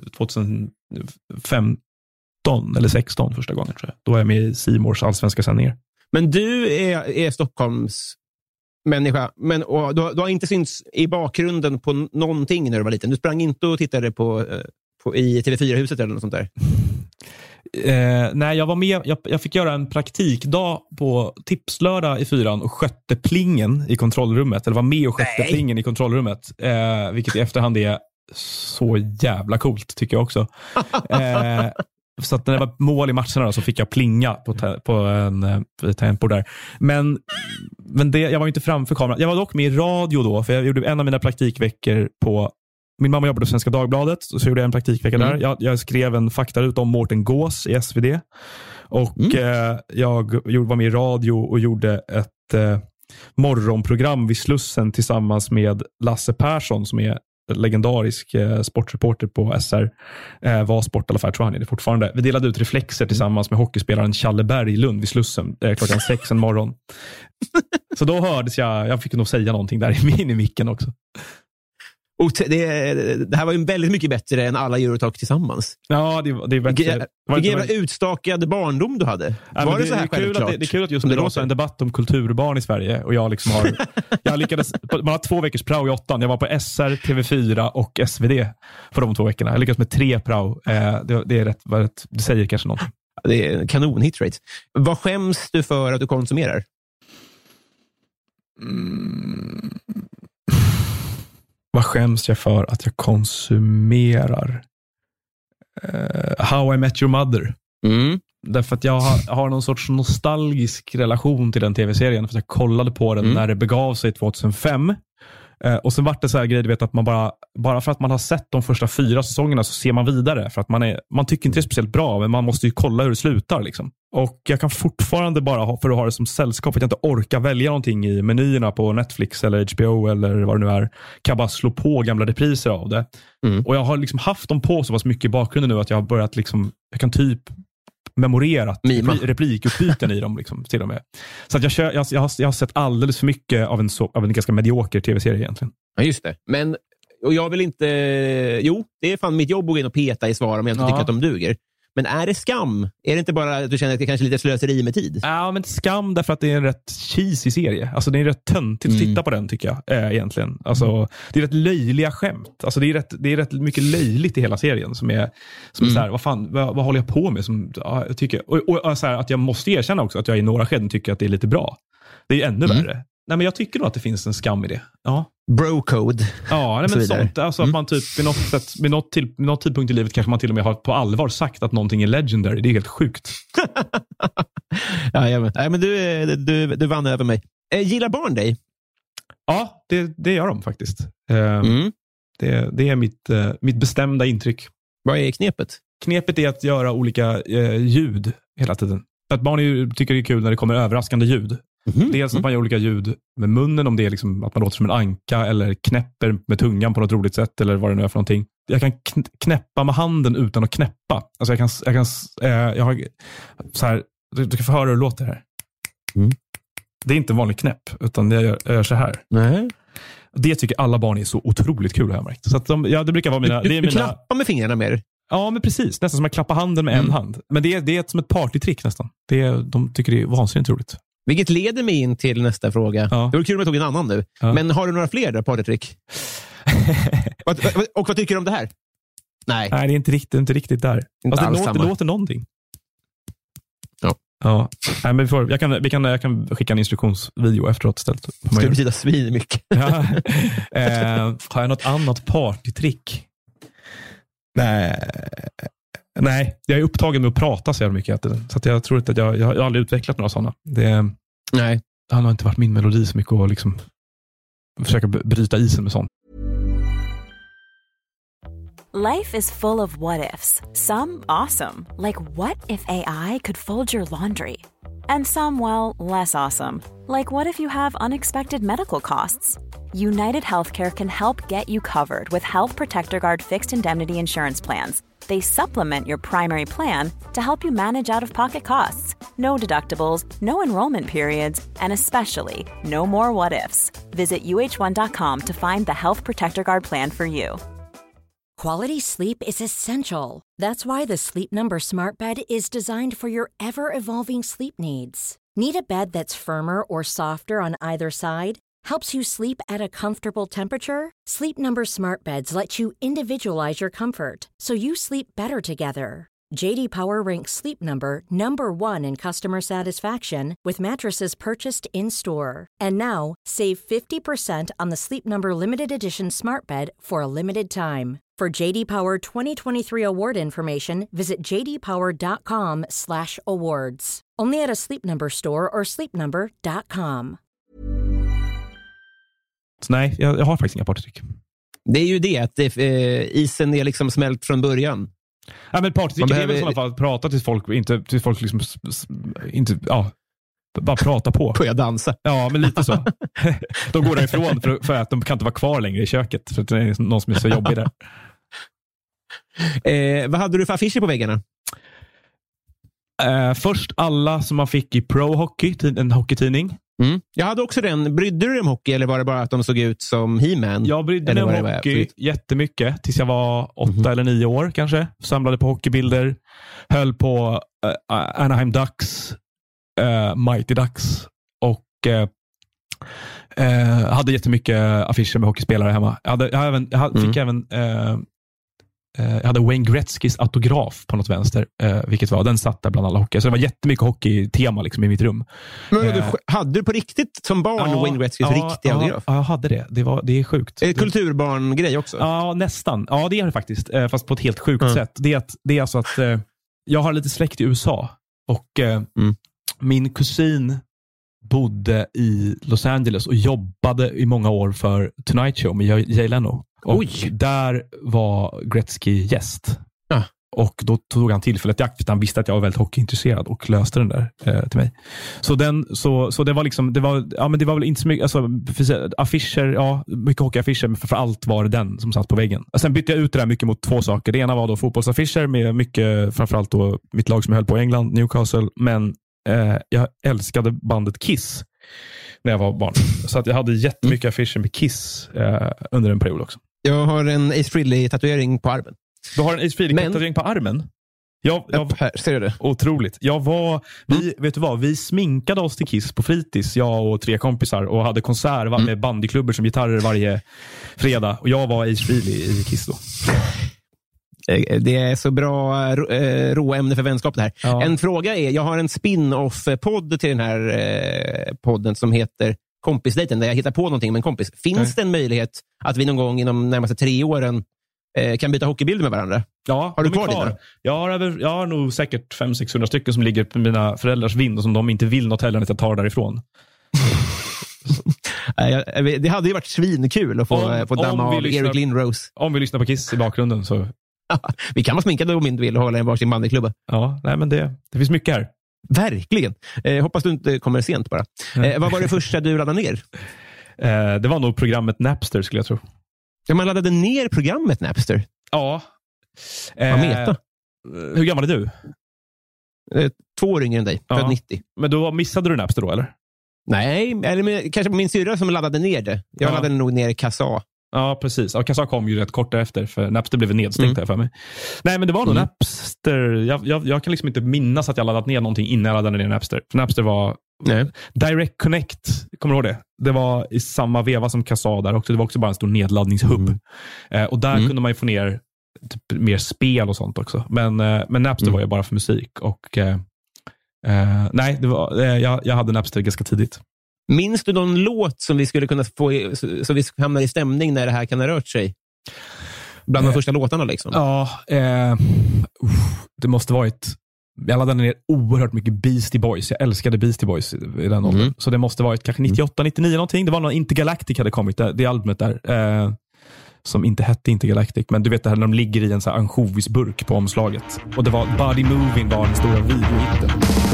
2015 eller 16 första gången, tror jag. Då är jag med i C Mores allsvenska sändningar. Men du är Stockholms människa, men du har inte synts i bakgrunden på någonting när du var liten. Du sprang inte och tittade på i TV4-huset eller något sånt där. Nej, jag var med. Jag fick göra en praktikdag på Tipslördag i 4:an och skötte plingen i kontrollrummet. Eller var med och skötte plingen i kontrollrummet. Vilket i efterhand är så jävla coolt, tycker jag också. Så att när det var mål i matcherna då, så fick jag plinga på en tangentbord där. Men jag var inte framför kameran. Jag var dock med i radio då, för jag gjorde en av mina praktikveckor på... Min mamma jobbade på Svenska Dagbladet, så gjorde jag en praktikvecka där. Jag skrev en faktarutt om Mårten Gås i SvD. Och jag var med i radio och gjorde ett morgonprogram vid Slussen tillsammans med Lasse Persson, som är legendarisk sportreporter på SR. Var sport i alla fall, tror han är det fortfarande. Vi delade ut reflexer tillsammans med hockeyspelaren Challe Berglund vid Slussen klockan 6 en morgon. Så då hördes jag fick nog säga någonting där i micken också. Och det här var ju väldigt mycket bättre än alla Eurotalk tillsammans. Ja, det är bättre. Vilken utstakad barndom du hade. Ja, var det så här självklart? Det är kul att just det låter en debatt om kulturbarn i Sverige. Och jag liksom jag lyckades, man har 2 veckors prao i 8. Jag var på SR, TV4 och SvD för de 2 veckorna. Jag lyckades med 3 prao. Det är rätt, det säger kanske något. Det är kanon hitrate. Vad skäms du för att du konsumerar? Vad skäms jag för att jag konsumerar? How I Met Your Mother. Därför att jag har någon sorts nostalgisk relation till den tv-serien. För att jag kollade på den när det begav sig 2005. Och sen var det så här grej, du vet, att man bara för att man har sett de första 4 säsongerna så ser man vidare. För att man tycker inte det är speciellt bra, men man måste ju kolla hur det slutar liksom. Och jag kan fortfarande bara för att ha det som sällskap, för att jag inte orkar välja någonting i menyerna på Netflix eller HBO eller vad det nu är, kan jag bara slå på gamla repriser av det. Och jag har liksom haft dem på så pass mycket i bakgrunden nu att jag har börjat liksom, jag kan typ memorerat replikutbyten i dem liksom, till och med. Så att jag har sett alldeles för mycket av en ganska medioker tv-serie egentligen. Ja, just det. Men, och jag vill inte... Jo, det är fan mitt jobb att gå in och peta i svar om jag inte tycker att de duger. Men är det skam? Är det inte bara att du känner att det kanske är lite slöseri med tid? Ja, men skam därför att det är en rätt cheesy serie. Alltså det är rätt töntigt att titta på den, tycker jag egentligen. Alltså det är rätt löjliga skämt. Alltså det är rätt mycket löjligt i hela serien som är så här, vad håller jag på med? Som, jag tycker, och så här, att jag måste erkänna också att jag i några skeden tycker att det är lite bra. Det är ju ännu värre. Nej, men jag tycker nog att det finns en skam i det. Ja. Bro-code. Ja, nej, men sånt. Alltså att man typ vid något tidpunkt i livet kanske man till och med har på allvar sagt att någonting är legendary. Det är helt sjukt. Ja, men du vann över mig. Gillar barn dig? Ja, det gör de faktiskt. Det är mitt bestämda intryck. Vad är knepet? Knepet är att göra olika ljud hela tiden. Att barn tycker det är kul när det kommer överraskande ljud. Dels att man gör olika ljud med munnen, om det är liksom att man låter som en anka eller knäpper med tungan på något roligt sätt eller vad det nu är för någonting. Jag kan knäppa med handen utan att knäppa. Alltså jag har så här, du kan få höra hur det låter här. Det är inte en vanlig knäpp, utan jag gör så här. Nej. Det tycker alla barn är så otroligt kul, har jag märkt. Så att det brukar vara mina... Du knappar med fingrarna mer? Ja, men precis. Nästan som att klappa handen med en hand. Men det är som ett partytrick nästan. De tycker det är vansinnigt roligt. Vilket leder mig in till nästa fråga. Ja. Det var kul om jag tog en annan nu. Ja. Men har du några fler där, partytrick? Och vad tycker du om det här? Nej, det är inte riktigt där. Alltså, det låter någonting. Ja. Nej, men jag kan skicka en instruktionsvideo efteråt istället. Ska det betyda svin mycket? Ja. Har jag något annat partytrick? Nej, jag är upptagen med att prata så mycket. Så att jag tror inte att jag har aldrig utvecklat några sådana. Nej. Det har inte varit min melodi så mycket att liksom försöka bryta isen med sånt. Life is full of what-ifs. Some awesome, like what if AI could fold your laundry? And some, well, less awesome, like what if you have unexpected medical costs? United Healthcare can help get you covered with Health Protector Guard fixed indemnity insurance plans. They supplement your primary plan to help you manage out-of-pocket costs. No deductibles, no enrollment periods, and especially no more what-ifs. Visit uh1.com to find the Health Protector Guard plan for you. Quality sleep is essential. That's why the Sleep Number Smart Bed is designed for your ever-evolving sleep needs. Need a bed that's firmer or softer on either side? Helps you sleep at a comfortable temperature? Sleep Number Smart Beds let you individualize your comfort, so you sleep better together. JD Power ranks Sleep Number #1 in customer satisfaction with mattresses purchased in-store. And now, save 50% on the Sleep Number Limited Edition Smart Bed for a limited time. For JD Power 2023 award information, visit jdpower.com/awards. Only at a Sleep Number store or sleepnumber.com. Nej, jag har faktiskt inga partytrick. Det är ju det, att isen är liksom smält från början. Ja, men partytrick är väl i sådana fall att prata tills folk liksom inte bara prata på. Börja dansa. Ja, men lite så. De går därifrån för att de kan inte vara kvar längre i köket för att det är någon som är så jobbig där. Vad hade du för affischer på väggarna? Först alla som man fick i Pro Hockey, en hockeytidning. Jag hade också den. Brydde du dig om hockey eller var det bara att de såg ut som He-Man? Jag brydde mig om hockey jättemycket tills jag var 8 eller 9 år kanske. Samlade på hockeybilder. Höll på Anaheim Ducks, Mighty Ducks och hade jättemycket affischer med hockeyspelare hemma. Jag hade Wayne Gretzkys autograf på något vänster, vilket var, den satt där bland alla hockey. Så det var jättemycket hockey-tema liksom i mitt rum. Men hade du på riktigt som barn Wayne Gretzkys riktiga autograf? Ja, jag hade det. Det är sjukt. Kulturbarn-grej också? Ja, nästan. Ja, det är det faktiskt. Fast på ett helt sjukt sätt. Det är alltså att jag har lite släkt i USA och min kusin bodde i Los Angeles och jobbade i många år för Tonight Show med Jay Leno. Och där var Gretzky gäst. Och då tog han tillfället i akt för att han visste att jag var väldigt hockeyintresserad och löste den där till mig. Så det var liksom, det var väl inte så mycket, alltså affischer, mycket hockeyaffischer, men för allt var det den som satt på väggen. Och sen bytte jag ut det där mycket mot 2 saker. Det ena var då fotbollsaffischer med mycket, framförallt då mitt lag som jag höll på i England, Newcastle, men jag älskade bandet Kiss när jag var barn. Så att jag hade jättemycket affischer med Kiss under en period också. Jag har en Ace Frehley-tatuering på armen. Du har en Ace Frehley-tatuering på armen? Här, ser du det? Otroligt. Vet du vad? Vi sminkade oss till Kiss på fritids, jag och 3 kompisar, och hade konsert med bandyklubbor som gitarrer varje fredag. Och jag var Ace Frehley i Kiss då. Det är så bra råämne för vänskap det här. Ja. En fråga är, jag har en spin-off-podd till den här podden som heter Kompisdejten, där jag hittar på någonting med en kompis. Finns det en möjlighet att vi någon gång inom närmaste 3 åren kan byta hockeybilder med varandra? Ja, har du kvar det? Jag har nog säkert 500-600 stycken som ligger på mina föräldrars vind och som de inte vill något heller än att jag tar därifrån. Det hade ju varit svinkul att få damma av Eric Lindros. Om vi lyssnar på Kiss i bakgrunden så... Vi kan vara sminkade om inte vill och hålla en varsin bandyklubba. Ja, nej, men det finns mycket här. Verkligen. Hoppas du inte kommer sent bara. Vad var det första du laddade ner? Det var nog programmet Napster, skulle jag tro. Ja, man laddade ner programmet Napster? Ja. Vad meta? Hur gammal är du? 2 år yngre än dig, född 90. Men då missade du Napster då, eller? Nej, eller kanske på min syrra som laddade ner det. Jag laddade nog ner Kassa. Ja, precis. Och Kazaa kom ju rätt kort efter, för Napster blev nedstängt här för mig. Nej, men det var nog Napster. Jag kan liksom inte minnas att jag laddat ner någonting innan jag laddade ner Napster. För Napster var Direct Connect, kommer du ihåg det? Det var i samma veva som Kazaa där också. Det var också bara en stor nedladdningshubb. Och där kunde man ju få ner typ mer spel och sånt också. Men Napster var ju bara för musik. Och nej, det var, jag hade Napster ganska tidigt. Minns du någon låt som vi skulle kunna få, så vi hamnar i stämning när det här kan ha rört sig? Bland de första låtarna liksom. Ja, det måste varit... Jag laddade ner oerhört mycket Beastie Boys. Jag älskade Beastie Boys i den åldern. Så det måste varit kanske 98, 99 någonting. Det var någon Intergalactic hade kommit, det albumet där. Som inte hette Intergalactic. Men du vet det här när de ligger i en så här ansjovisburk på omslaget. Och det var Body Moving var den stora videohitten.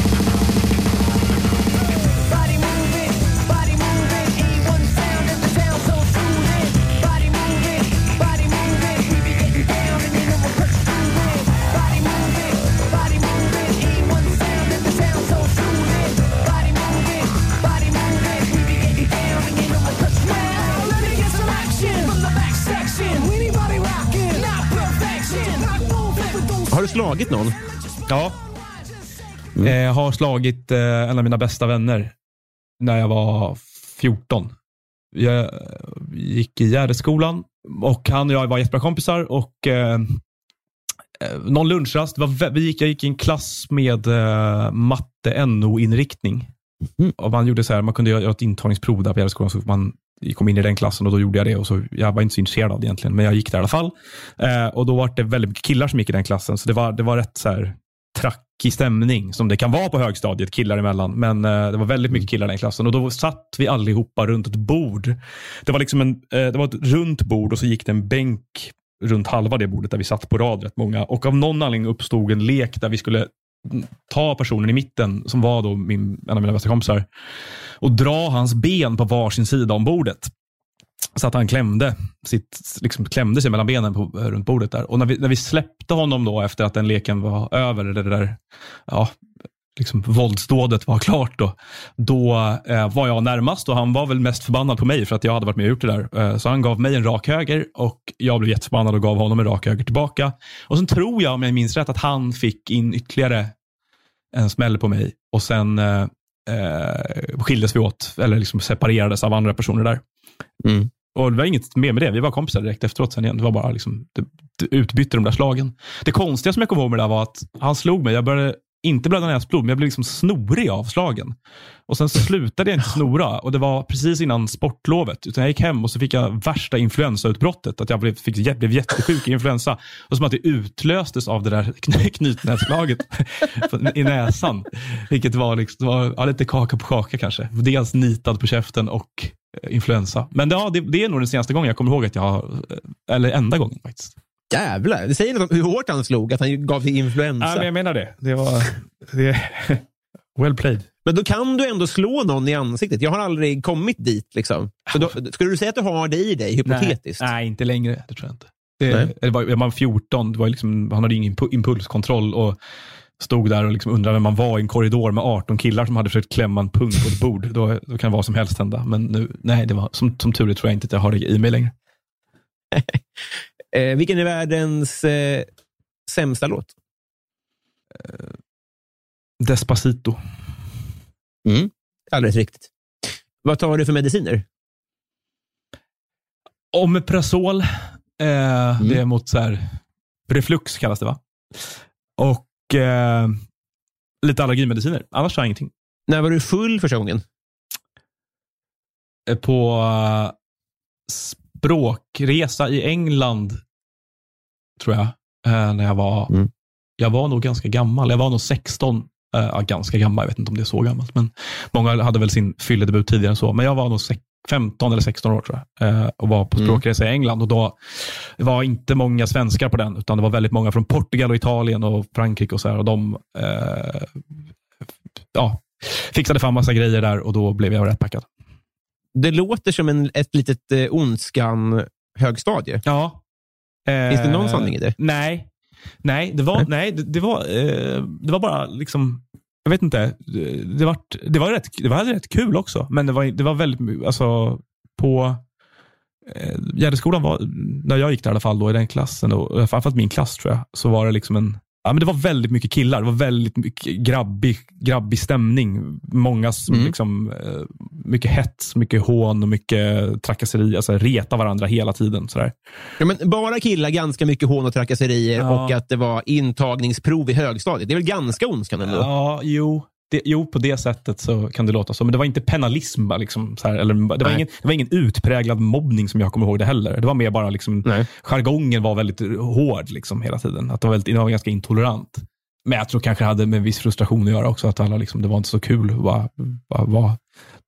Har du slagit någon? Ja. Jag har slagit en av mina bästa vänner när jag var 14. Jag gick i Gärdeskolan och han och jag var jättebra kompisar och någon lunchrast, jag gick i en klass med matte NO-inriktning. Och man gjorde så här, man kunde göra ett intagningsprov där på Gärdeskolan så man kom in i den klassen och då gjorde jag det och så jag var inte så intresserad av det egentligen, men jag gick där i alla fall. Och då var det väldigt mycket killar som gick i den klassen så det var rätt så här trackig stämning som det kan vara på högstadiet, killar emellan, men det var väldigt mycket killar i den klassen och då satt vi allihopa runt ett bord. Det var liksom det var ett runt bord och så gick det en bänk runt halva det bordet där vi satt på rad rätt många och av någon anledning uppstod en lek där vi skulle ta personen i mitten som var då en av mina bästa kompisar och dra hans ben på varsin sida om bordet så att han klämde sig mellan benen runt bordet där. Och när vi släppte honom då efter att den leken var över, det där liksom våldsdådet var klart då var jag närmast och han var väl mest förbannad på mig för att jag hade varit med och gjort det där. Så han gav mig en rak höger och jag blev jätteförbannad och gav honom en rak höger tillbaka. Och sen tror jag, om jag minns rätt, att han fick in ytterligare en smäll på mig och sen skildes vi åt eller liksom separerades av andra personer där. Och det var inget mer med det. Vi var kompisar direkt efteråt sen igen. Det var bara liksom det utbytte de där slagen. Det konstiga som jag kom ihåg med det var att han slog mig. Jag började inte blöda näsblod, men jag blev liksom snorig av slagen. Och sen så slutade jag inte snora. Och det var precis innan sportlovet. Utan jag gick hem och så fick jag värsta influensautbrottet. Att jag blev jättesjuk i influensa. Och som att det utlöstes av det där knytnässlaget i näsan. Vilket var liksom, lite kaka på kaka kanske. Dels nitad på käften och influensa. Men det är nog den senaste gången jag kommer ihåg att jag har, eller enda gången faktiskt. Jävlar, det säger något om hur hårt han slog, att han gav till influensa. Ja, men jag menar det. Det well played. Men då kan du ändå slå någon i ansiktet. Jag har aldrig kommit dit liksom. Så då, skulle du säga att du har det i dig, hypotetiskt? Nej, inte längre. Det tror jag inte. Jag var 14, det var liksom, han hade ingen impulskontroll och stod där och liksom undrade vem man var i en korridor med 18 killar som hade försökt klämma en pung på ett bord. Då kan vad som helst hända. Men nu, nej, det var som tur tror jag inte att jag har det i mig längre. Vilken är världens sämsta låt? Despacito. Alldeles riktigt. Vad tar du för mediciner? Omeprazol. Det är mot så här reflux kallas det, va? Och lite allergimediciner. Annars har jag ingenting. När var du full första gången? På språkresa i England tror jag. När jag var jag var nog ganska gammal. Jag var nog 16. Ganska gammal, jag vet inte om det är så gammalt. Men många hade väl sin fylledebut tidigare än så. Men jag var nog 15 eller 16 år tror jag. Och var på språkresa i England. Och då var inte många svenskar på den. Utan det var väldigt många från Portugal och Italien och Frankrike och så här. Och de fixade fan massa grejer där. Och då blev jag rätt packad. Det låter som ett litet ondskan högstadie. Ja. Finns det någon sanning i det? Nej, det var bara liksom, jag vet inte, det var rätt kul också, men det var väldigt, alltså på Gärdeskolan var, när jag gick där i alla fall då, i den klassen, och framförallt min klass tror jag, så var det liksom men det var väldigt mycket killar. Det var väldigt mycket grabbig stämning. Många liksom, mycket hets, mycket hån och mycket trakasseri. Alltså reta varandra hela tiden. Sådär. Ja, men bara killar, ganska mycket hån och trakasserier och att det var intagningsprov i högstadiet. Det är väl ganska ondskan ändå? Ja, jo, på det sättet så kan det låta så. Men det var inte penalism liksom, så här, eller, det var ingen utpräglad mobbning som jag kommer ihåg det heller. Det var mer bara liksom, jargongen var väldigt hård liksom, hela tiden. Att det var ganska intolerant. Men jag tror kanske det hade med en viss frustration att göra också. Att alla liksom, det var inte så kul att vara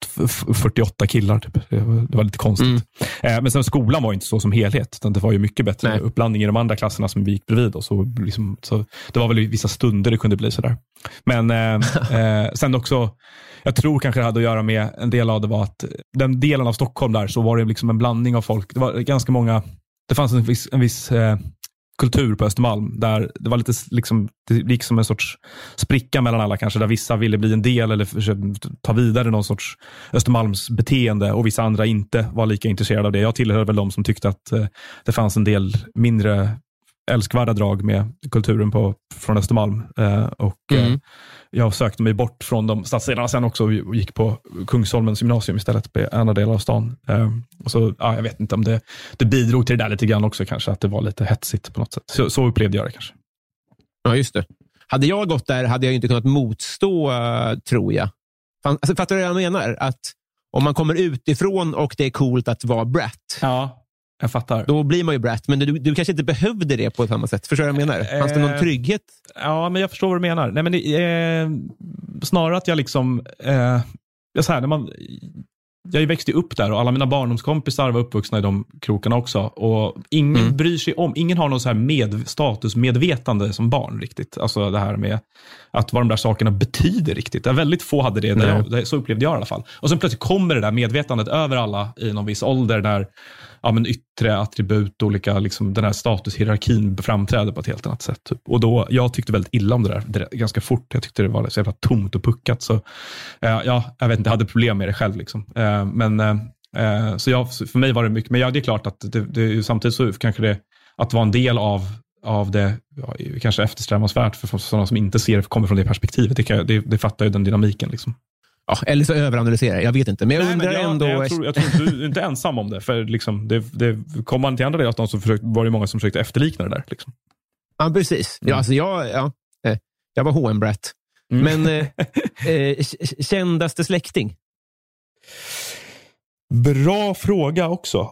48 killar typ. Det var lite konstigt. Men sen skolan var inte så som helhet, utan det var ju mycket bättre uppblandning i de andra klasserna som vi gick bredvid, och så det var väl vissa stunder det kunde bli sådär. Men sen också, jag tror kanske det hade att göra med, en del av det var att den delen av Stockholm där, så var det liksom en blandning av folk. Det var ganska många, det fanns en viss kultur på Östermalm där det var lite liksom, det gick som en sorts spricka mellan alla kanske, där vissa ville bli en del eller ta vidare någon sorts Östermalms beteende, och vissa andra inte var lika intresserade av det. Jag tillhör väl de som tyckte att det fanns en del mindre älskvärda drag med kulturen från Östermalm, och jag sökte mig bort från de stadsdelarna sen också och gick på Kungsholmens gymnasium istället på andra delar av stan. Och så, jag vet inte om det bidrog till det där lite grann också kanske, att det var lite hetsigt på något sätt. Så upplevde jag det kanske. Ja, just det. Hade jag gått där hade jag inte kunnat motstå, tror jag. Alltså, fattar du vad jag menar? Att om man kommer utifrån och det är coolt att vara brat. Ja, jag fattar. Då blir man ju brat, men du kanske inte behövde det på samma sätt. Förstår du vad jag menar? Fanns det någon trygghet? Ja, men jag förstår vad du menar. Nej, men snarare att jag liksom så här, jag växte upp där och alla mina barndomskompisar var uppvuxna i de krokarna också, och ingen bryr sig om, ingen har någon så här statusmedvetande som barn riktigt. Alltså det här med att vad de där sakerna betyder riktigt. Väldigt få hade det, så upplevde jag i alla fall. Och sen plötsligt kommer det där medvetandet över alla i någon viss ålder där yttre attribut, olika liksom, den här statushierarkin framträder på ett helt annat sätt. Typ. Och då, jag tyckte väldigt illa om det där ganska fort. Jag tyckte det var så jävla tomt och puckat. Så jag vet inte, jag hade problem med det själv. Liksom. Så för mig var det mycket, men det är klart att det samtidigt så kanske det, att vara en del av det kanske eftersträvansvärt för sådana som inte kommer från det perspektivet. Det fattar ju den dynamiken liksom. Ja, eller så överanalyserar jag vet inte. Men jag undrar ändå... Jag tror du är inte ensam om det. För liksom, det kom man till andra delar att var det många som försökte efterlikna det där. Liksom. Ja, precis. Ja, alltså jag var H&M-brat. Men kändaste släkting? Bra fråga också.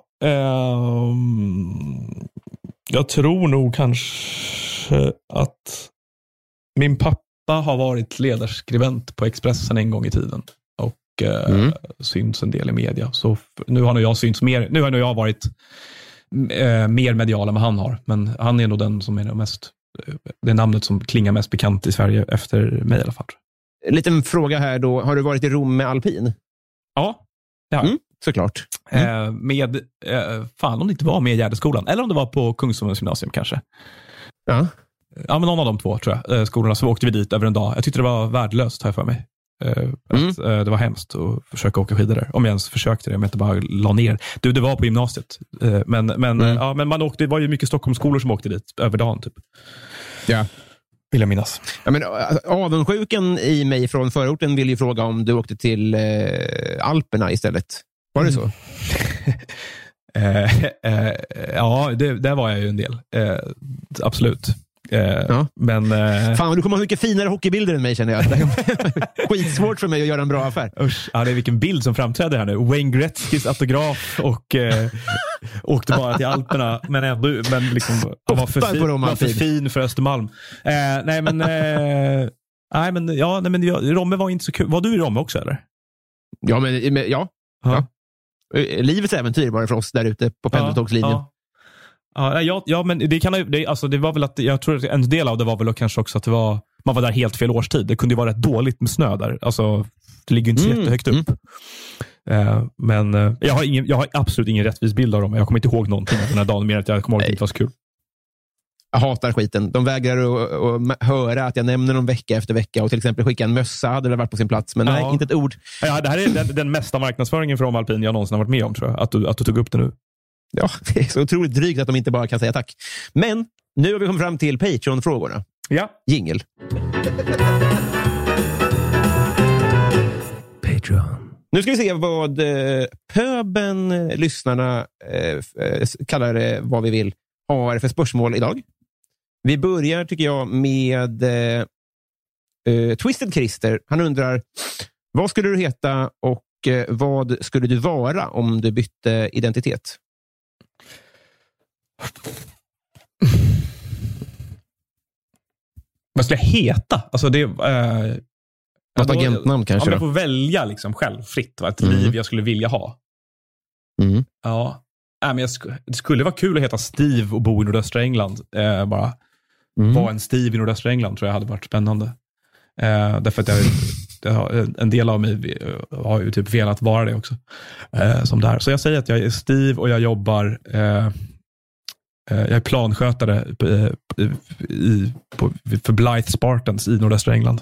Jag tror nog kanske att min pappa har varit ledarskribent på Expressen en gång i tiden och syns en del i media. Så nu har nog jag synts mer. Nu har nog jag varit mer medial än vad han har, men han är nog den som är mest, det namnet som klingar mest bekant i Sverige efter mig i alla fall. En liten fråga här då, har du varit i Rom med alpin? Ja. Såklart. Fan om det inte var med i Gärdeskolan eller om det var på Kungsholmens gymnasium kanske. Ja, men någon av de två tror jag, skolorna, så åkte vi dit över en dag. Jag tyckte det var värdelöst här för mig. Det var hemskt att försöka åka skidor där. Om jag ens försökte det, om jag inte bara la ner. Det var på gymnasiet. Men man åkte, det var ju mycket Stockholmsskolor som åkte dit över dagen typ. Ja. Vill jag minnas. Ja, men avundsjuken i mig från förorten vill ju fråga om du åkte till Alperna istället. Var det så? Ja, där var jag ju en del. Absolut. Men fan, du kommer ha mycket finare hockeybilder än mig, känner jag. Det är skitsvårt för mig att göra en bra affär. Usch, det är vilken bild som framträder här nu. Wayne Gretzkys autograf och åkte bara till Alperna, men liksom var för fin för Östermalm. Romme var inte så kul. Var du i Romme också eller? Ja, men ja. Livets äventyr var det för oss där ute på pendeltågslinjen. Ja, men det var väl att jag tror att en del av det var väl kanske också att man var där helt fel årstid. Det kunde ju vara rätt dåligt med snö där. Alltså, det ligger inte så jättehögt upp. Men jag har absolut ingen rättvis bild av dem. Jag kommer inte ihåg någonting av den här dagen, mer att jag kommer ihåg att det inte var så kul. Jag hatar skiten. De vägrar att höra att jag nämner dem vecka efter vecka och till exempel skicka en mössa hade det varit på sin plats, men nej, inte ett ord. Ja, det här är den mesta marknadsföringen från alpin jag någonsin har varit med om, tror jag. Att du tog upp det nu. Ja, det är så otroligt drygt att de inte bara kan säga tack. Men nu har vi kommit fram till Patreon-frågorna. Ja. Jingle. Patreon. Nu ska vi se vad pöben, lyssnarna, kallar det vad vi vill, har för spörsmål idag. Vi börjar, tycker jag, med Twisted Christer. Han undrar, vad skulle du heta och vad skulle du vara om du bytte identitet? Vad skulle jag heta? Alltså det Något agentnamn kanske. Om jag får välja liksom själv fritt ett liv jag skulle vilja ha. Mm. Ja. Men det skulle vara kul att heta Steve och bo i nordöstra England. Bara vara en Steve i nordöstra England tror jag hade varit spännande. Därför att en del av mig har ju typ velat vara det också. Som där. Så jag säger att jag är Steve och jag jobbar jag är planskötare för Blythe Spartans i nordöstra England.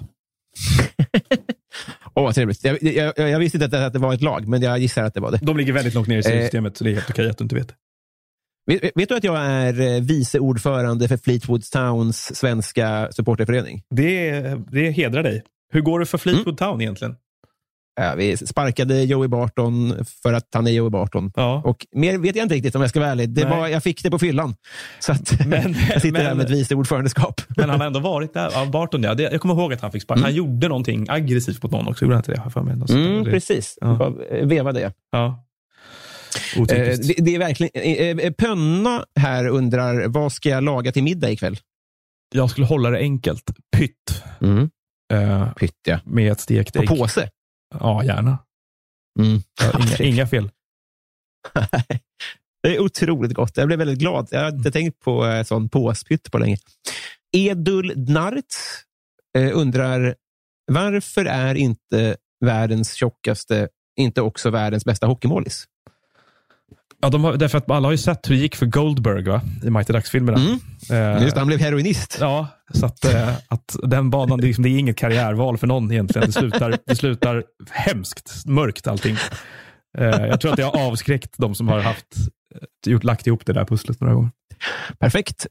Vad trevligt. Jag visste inte att det var ett lag, men jag gissar att det var det. De ligger väldigt långt ner i systemet, så det är helt okej att du inte vet. Vet du att jag är vice ordförande för Fleetwood Towns svenska supporterförening? Det hedrar dig. Hur går det för Fleetwood Town egentligen? Vi sparkade Joey Barton för att han är Joey Barton. Ja. Och mer vet jag inte riktigt om jag ska vara ärlig. Jag fick det på fyllan. Så att jag sitter där med ett vice ordförandeskap. Men han har ändå varit där. Ja, Barton, jag kommer ihåg att han fick sparka. Han gjorde någonting aggressivt mot någon också. Gjorde han inte det? För mig. Precis. Ja. Vevade det. Ja. Det är verkligen... Pönna här undrar, vad ska jag laga till middag ikväll? Jag skulle hålla det enkelt. Pytt. Pytt, ja. Med ett stekt ägg. På påse? Ja, gärna. Inga fel. Det är otroligt gott. Jag blev väldigt glad. Jag har inte tänkt på sån påspytt på länge. Edul Dnart undrar, varför är inte världens tjockaste inte också världens bästa hockeymålis? Ja, därför att alla har ju sett hur det gick för Goldberg, va? I Mighty Ducks-filmerna. Just han blev heroinist. Ja, så att den banan, det är inget karriärval för någon egentligen. Det slutar hemskt, mörkt allting. Jag tror att det har avskräckt de som har lagt ihop det där pusslet några gånger. Perfekt.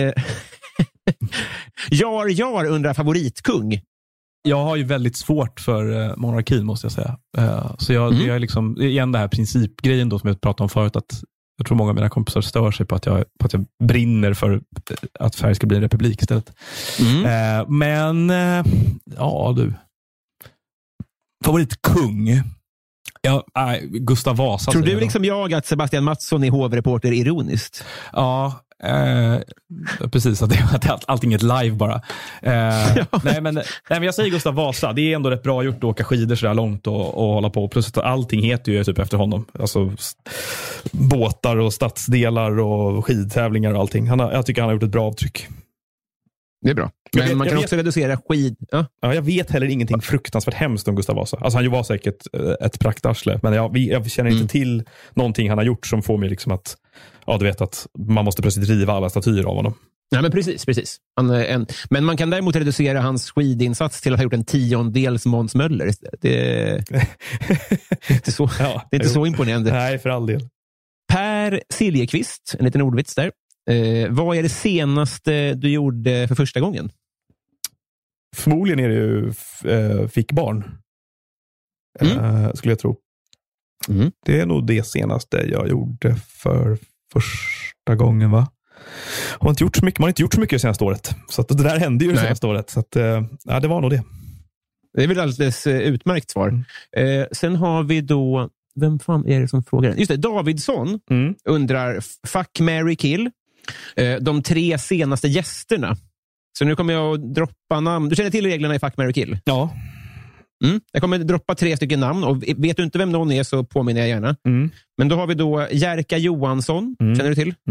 Jar undrar favoritkung. Jag har ju väldigt svårt för monarkin, måste jag säga. Så jag är liksom, igen det här principgrejen då som jag pratade om förut, att jag tror många av mina kompisar stör sig på att jag brinner för att Sverige ska bli en republik istället. Men ja du. Favoritkung. Gustav Vasa. Tror du liksom jag att Sebastian Mattsson är hovreporter ironiskt? Ja, precis, att allting är ett live bara. Nej, men jag säger Gustav Vasa. Det är ändå rätt bra gjort att åka skidor så där långt och hålla på. Plus att allting heter ju typ efter honom. Alltså båtar och stadsdelar och skidtävlingar och allting. Jag tycker han har gjort ett bra avtryck. Det är bra. Men man kan också reducera skid. Ja, jag vet heller ingenting fruktansvärt hemskt om Gustav Vasa. Alltså han var säkert ett praktarsle. Men jag känner inte till någonting han har gjort som får mig liksom att du vet att man måste plötsligt riva alla statyer av honom. Nej, men precis. Men man kan däremot reducera hans skidinsats till att ha gjort en 10:e Måns Möller. Det är inte så, det är inte så imponerande. Nej, för all del. Per Siljeqvist, en liten ordvits där. Vad är det senaste du gjorde för första gången? Förmodligen är det ju fick barn. Skulle jag tro. Det är nog det senaste jag gjorde för första gången, va? Man har inte gjort så mycket det senaste året. Så att det där hände ju det senaste året. Så att, det var nog det. Det är väl alldeles utmärkt svar. Sen har vi då, vem fan är det som frågar? Just det, Davidsson undrar, fuck, marry, kill. De 3 senaste gästerna. Så nu kommer jag att droppa namn. Du känner till reglerna i fuck, marry, kill? Ja. Jag kommer att droppa 3 stycken namn. Och vet du inte vem någon är så påminner jag gärna. Men då har vi då Jerka Johansson. Känner du till?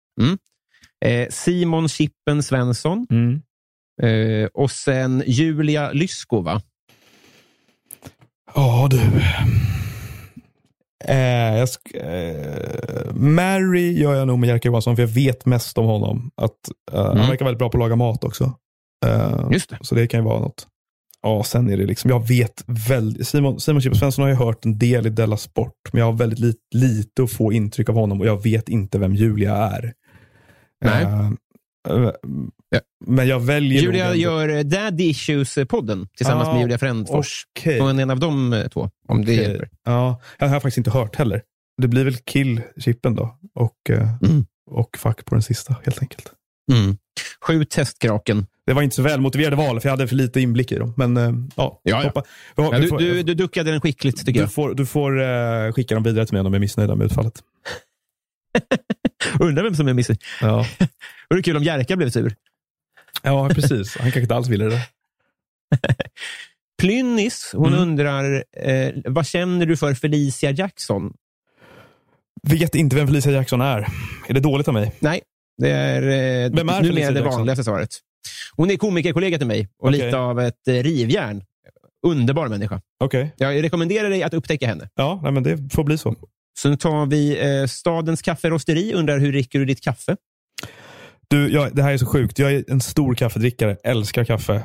Simon Chippen Svensson. Och sen Julia Lyskova. Ja, du. Mary gör jag nog med Jerka Johansson, för jag vet mest om honom. Att han verkar väldigt bra på att laga mat också. Just det. Så det kan ju vara något. Ja, sen är det liksom, jag vet väldigt, Simon Chippen Svensson har jag hört en del i Della Sport, men jag har väldigt lite att få intryck av honom och jag vet inte vem Julia är. Nej. Men jag väljer Julia gör Daddy Issues-podden tillsammans med Julia Frändfors. Okay. Och en av de två, om det hjälper. Ja, jag har faktiskt inte hört heller. Det blir väl Kill-chippen då. Och fuck på den sista, helt enkelt. 7 testkraken. Det var inte så väl motiverade val, för jag hade för lite inblick i dem. Men Du duckade den skickligt, tycker jag. Du får skicka dem vidare till mig om de är missnöjda med utfallet. Undrar vem som är missnöjd. Ja. Det är kul om Jerka blev sur. Ja, precis. Han kanske inte alls ville det. Plynnis, hon undrar, vad känner du för Felicia Jackson? Vet inte vem Felicia Jackson är. Är det dåligt av mig? Nej, det är numera det vanligaste svaret. Hon är komikerkollega till mig och lite av ett rivjärn. Underbar människa. Okay. Jag rekommenderar dig att upptäcka henne. Ja, nej, men det får bli så. Sen tar vi Stadens kafferosteri. Undrar, hur dricker du ditt kaffe? Det här är så sjukt. Jag är en stor kaffedrickare. Älskar kaffe.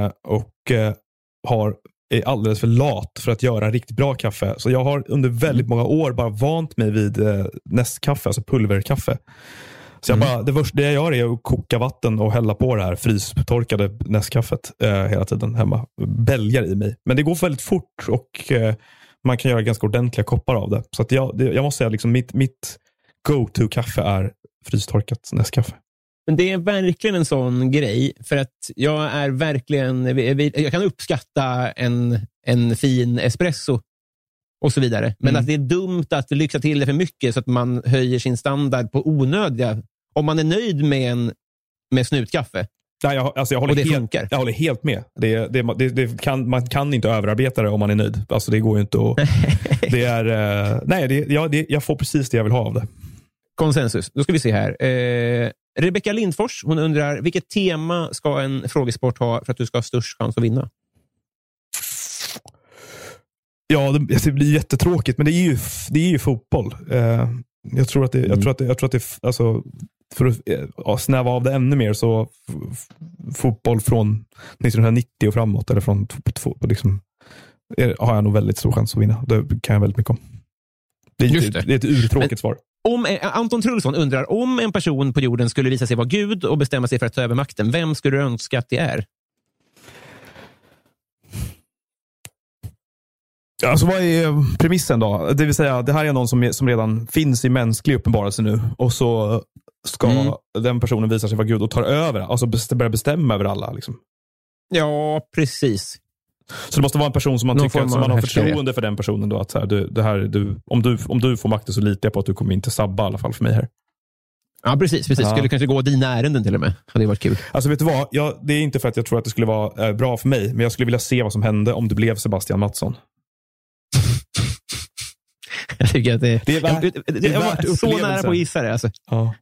Är alldeles för lat för att göra riktigt bra kaffe. Så jag har under väldigt många år bara vant mig vid Nescafé, alltså pulverkaffe. Så det jag gör är att koka vatten och hälla på det här frystorkade Nescaffet hela tiden hemma. Bälgar i mig. Men det går väldigt fort och man kan göra ganska ordentliga koppar av det. Så att jag måste säga liksom mitt go-to-kaffe är frystorkat Nescafé. Men det är verkligen en sån grej, för att jag är verkligen, jag kan uppskatta en fin espresso och så vidare. Men att det är dumt att lyxa till det för mycket så att man höjer sin standard på onödiga. Om man är nöjd med snutkaffe. Ja, jag håller helt med. Man kan inte överarbeta det om man är nöjd. Alltså det går ju inte att... jag får precis det jag vill ha av det. Konsensus. Då ska vi se här. Rebecka Lindfors, hon undrar, vilket tema ska en frågesport ha för att du ska ha störst chans att vinna? Ja, det blir jättetråkigt, men det är ju fotboll. Jag tror att det alltså, för att snäva av det ännu mer, så fotboll från 1990 och framåt, eller från liksom, har jag nog väldigt stor chans att vinna. Det kan jag väldigt mycket om. Det är ett urtråkigt svar. Anton Trulsson undrar, om en person på jorden skulle visa sig vara Gud och bestämma sig för att ta över makten, vem skulle du önska att det är? Alltså vad är premissen då? Det vill säga, det här är någon som redan finns i mänsklig uppenbarelse nu, och så ska den personen visa sig vara Gud och tar över, alltså börja bestämma över alla liksom. Ja, precis. Så det måste vara en person som man tycker, som man har förtroende för den personen då, att så här, om du får makten så litar jag på att du kommer inte sabba i alla fall för mig här. Ja, precis. Ja. Skulle kanske gå dina ärenden till och med. Hade varit kul. Alltså vet du vad? Det är inte för att jag tror att det skulle vara bra för mig, men jag skulle vilja se vad som hände om det blev Sebastian Mattsson. Jag tycker att det är har varit så nära på att gissa det. Alltså. Ja.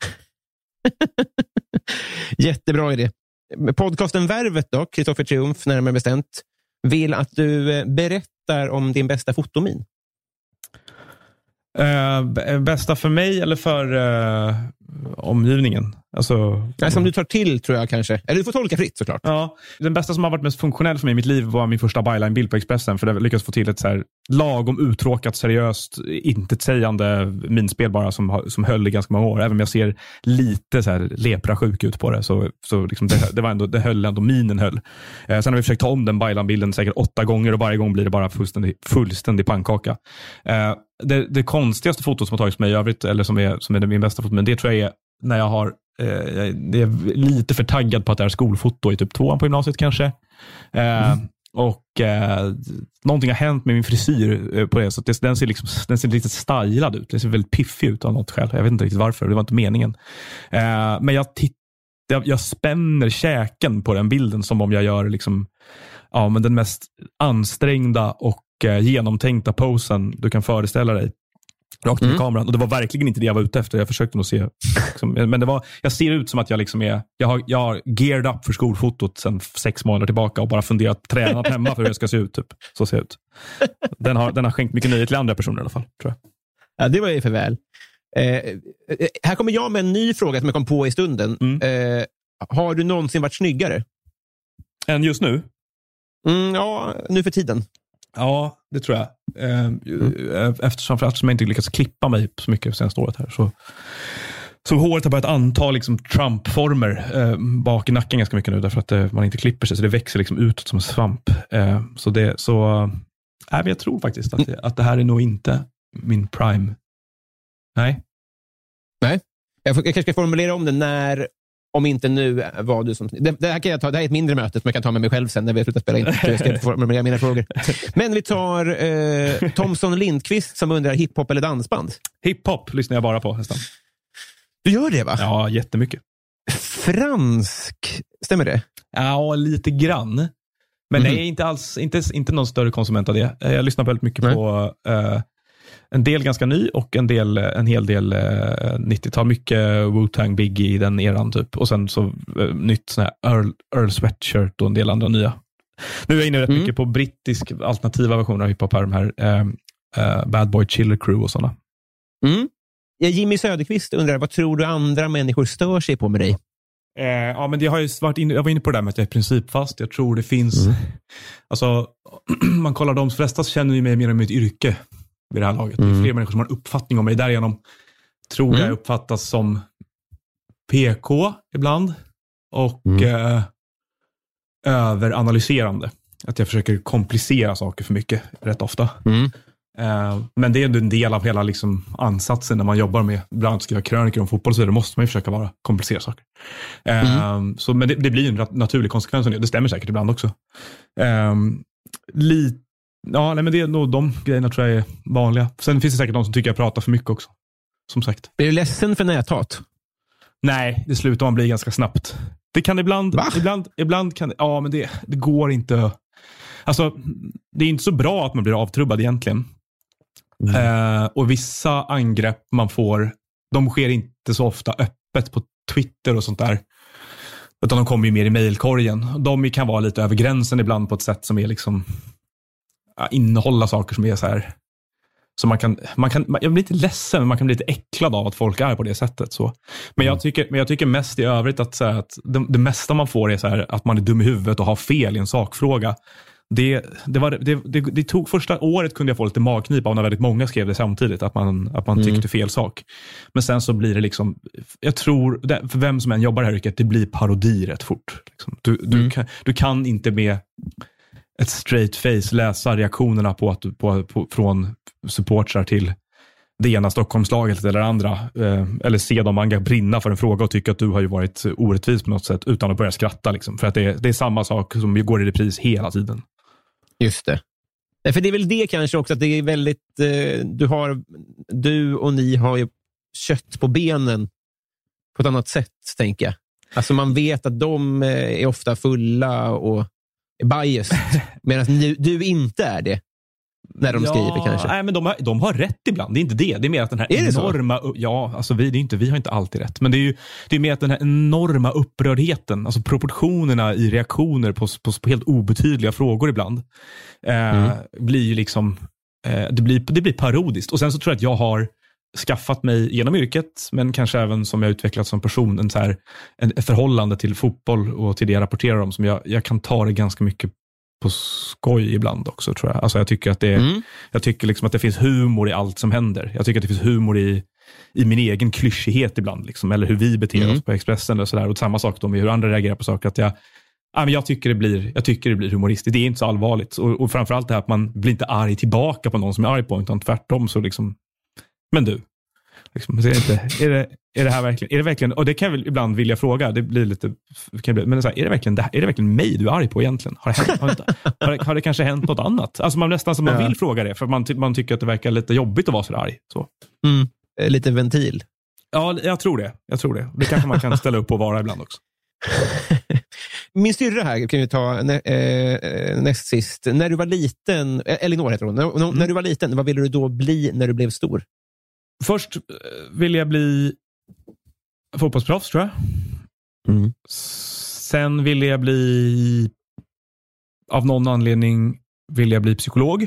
Jättebra idé. Podcasten Värvet då, Kristoffer Triumf närmare bestämt, vill att du berättar om din bästa fotomin. Bästa för mig eller för omgivningen? Alltså som du tar till, tror jag kanske. Eller du får tolka fritt såklart. Ja, den bästa som har varit mest funktionell för mig i mitt liv var min första byline-bild på Expressen, för det lyckades få till ett så här lagom uttråkat, seriöst, intetsägande minspel bara som höll i ganska många år. Även om jag ser lite så här lepra-sjuk ut på det, så liksom det höll ändå, minen höll. Sen har vi försökt ta om den byline-bilden säkert 8 gånger och varje gång blir det bara fullständig pannkaka. Det konstigaste fotot som har tagits med i övrigt, eller som är min bästa foto, men det tror jag är när jag har det är lite för taggad på att det är skolfoto i typ 2 på gymnasiet kanske. Och någonting har hänt med min frisyr på det, så att den ser lite stylad ut. Den ser väldigt piffig ut av något skäl. Jag vet inte riktigt varför, det var inte meningen. Men jag spänner käken på den bilden som om jag gör liksom, men den mest ansträngda och genomtänkta posen du kan föreställa dig. Rakt in i kameran. Och det var verkligen inte det jag var ute efter. Jag försökte nog se. Liksom, men jag ser ut som att jag liksom jag har geared up för skolfotot sedan 6 månader tillbaka och bara tränat hemma för hur jag ska se ut. Typ. Så ser jag ut. Den har skänkt mycket nöje till andra personer i alla fall, tror jag. Ja, det var ju för väl. Här kommer jag med en ny fråga som jag kom på i stunden. Har du någonsin varit snyggare? Än just nu? Ja, nu för tiden. Ja, det tror jag. Eftersom jag inte lyckats klippa mig så mycket senaste året här. Så håret har börjat anta liksom Trump-former bak i nacken ganska mycket nu. Därför att man inte klipper sig. Så det växer liksom utåt som en svamp. Men jag tror faktiskt att det här är nog inte min prime. Nej. Jag kanske ska formulera om det när, om inte nu, var du som... Det här kan jag ta, det här är ett mindre möte som jag kan ta med mig själv sen när vi har slutat spela in. Jag ska formulera mina frågor. Men vi tar Thomson Lindqvist som undrar hiphop eller dansband. Hiphop lyssnar jag bara på nästan. Du gör det, va? Ja, jättemycket. Fransk, stämmer det? Ja, lite grann. Men nej, inte alls, inte någon större konsument av det. Jag lyssnar väldigt mycket på en del ganska ny och en hel del 90-tal. Mycket Wu-Tang, Biggie i den eran typ. Och sen så nytt sån här Earl Sweatshirt och en del andra nya. Nu är jag inne rätt mycket på brittisk alternativa versioner av hiphop här. De här Bad Boy Chiller Crew och sådana. Jimmy Söderqvist undrar, vad tror du andra människor stör sig på med dig? Ja, men det har ju varit jag var inne på det där med att jag är principfast. Jag tror det finns... Alltså, man kollar de flesta känner ju mig mer om mitt yrke vid det här laget. Det är fler människor som har en uppfattning om mig. Därigenom tror jag uppfattas som PK ibland. Och överanalyserande. Att jag försöker komplicera saker för mycket rätt ofta. Men det är en del av hela liksom ansatsen när man jobbar med bland annat skriva krönikor om fotboll, så måste man ju försöka komplicera saker. Men det blir ju en naturlig konsekvens av det. Det stämmer säkert ibland också. Men det är nog de grejerna tror jag är vanliga. Sen finns det säkert de som tycker jag pratar för mycket också. Som sagt. Är du ledsen för näthat? Nej, det slutar man bli ganska snabbt. Det kan ibland kan ja, men det går inte. Alltså, det är inte så bra att man blir avtrubbad egentligen. Och vissa angrepp man får, de sker inte så ofta öppet på Twitter och sånt där. Utan de kommer ju mer i mejlkorgen. De kan vara lite över gränsen ibland på ett sätt som är liksom innehålla saker som är så här. Så jag blir inte ledsen, men man kan bli lite äcklad av att folk är på det sättet. Så. Men jag tycker mest i övrigt att, så här, att det mesta man får är så här, att man är dum i huvudet och har fel i en sakfråga. Det tog första året kunde jag få lite magknip av när väldigt många skrev det samtidigt, att man tyckte fel sak. Men sen så blir det liksom, jag tror för vem som än jobbar här yrket, det blir parodi rätt fort liksom. Du kan inte med ett straight face läsa reaktionerna från supportrar till det ena Stockholmslaget eller andra, eller se dem brinna för en fråga och tycka att du har ju varit orättvis på något sätt utan att börja skratta liksom. För att det är samma sak som går i repris hela tiden. Just det. För det är väl det kanske också, att det är väldigt du och ni har ju kött på benen på ett annat sätt, tänker jag. Alltså man vet att de är ofta fulla och är biased, medan du inte är det när de skriver kanske. Nej, men de har rätt ibland, det är inte det. Det är mer att den här enorma... Ja, alltså vi har inte alltid rätt. Men det är mer att den här enorma upprördheten, alltså proportionerna i reaktioner på helt obetydliga frågor ibland, blir ju liksom... Det blir parodiskt. Och sen så tror jag att jag har skaffat mig genom yrket, men kanske även som jag utvecklat som person, en förhållande till fotboll och till det jag rapporterar om, som jag kan ta det ganska mycket på skoj ibland också, tror jag. Alltså jag tycker att jag tycker liksom att det finns humor i allt som händer. Jag tycker att det finns humor i min egen klyschighet ibland liksom, eller hur vi beter oss på Expressen och sådär. Och samma sak då med hur andra reagerar på saker, att jag tycker det blir humoristiskt. Det är inte så allvarligt. Och framförallt det här att man blir inte arg tillbaka på någon som är arg på, utan tvärtom så liksom, men du liksom, är det här verkligen, är det verkligen, och det kan jag väl ibland vilja fråga, det blir lite, men så här, är det verkligen mig du är arg på egentligen? Har det kanske hänt något annat? Alltså man nästan som man vill fråga det, för man tycker att det verkar lite jobbigt att vara så arg. Så. Lite ventil. Ja, jag tror det. Det kanske man kan ställa upp och vara ibland också. Min syrra här kan vi ta näst sist. När du var liten, Elinor heter hon. När du var liten, vad ville du då bli när du blev stor? Först ville jag bli fotbollsproffs, tror jag. Sen ville jag bli, av någon anledning ville jag bli psykolog.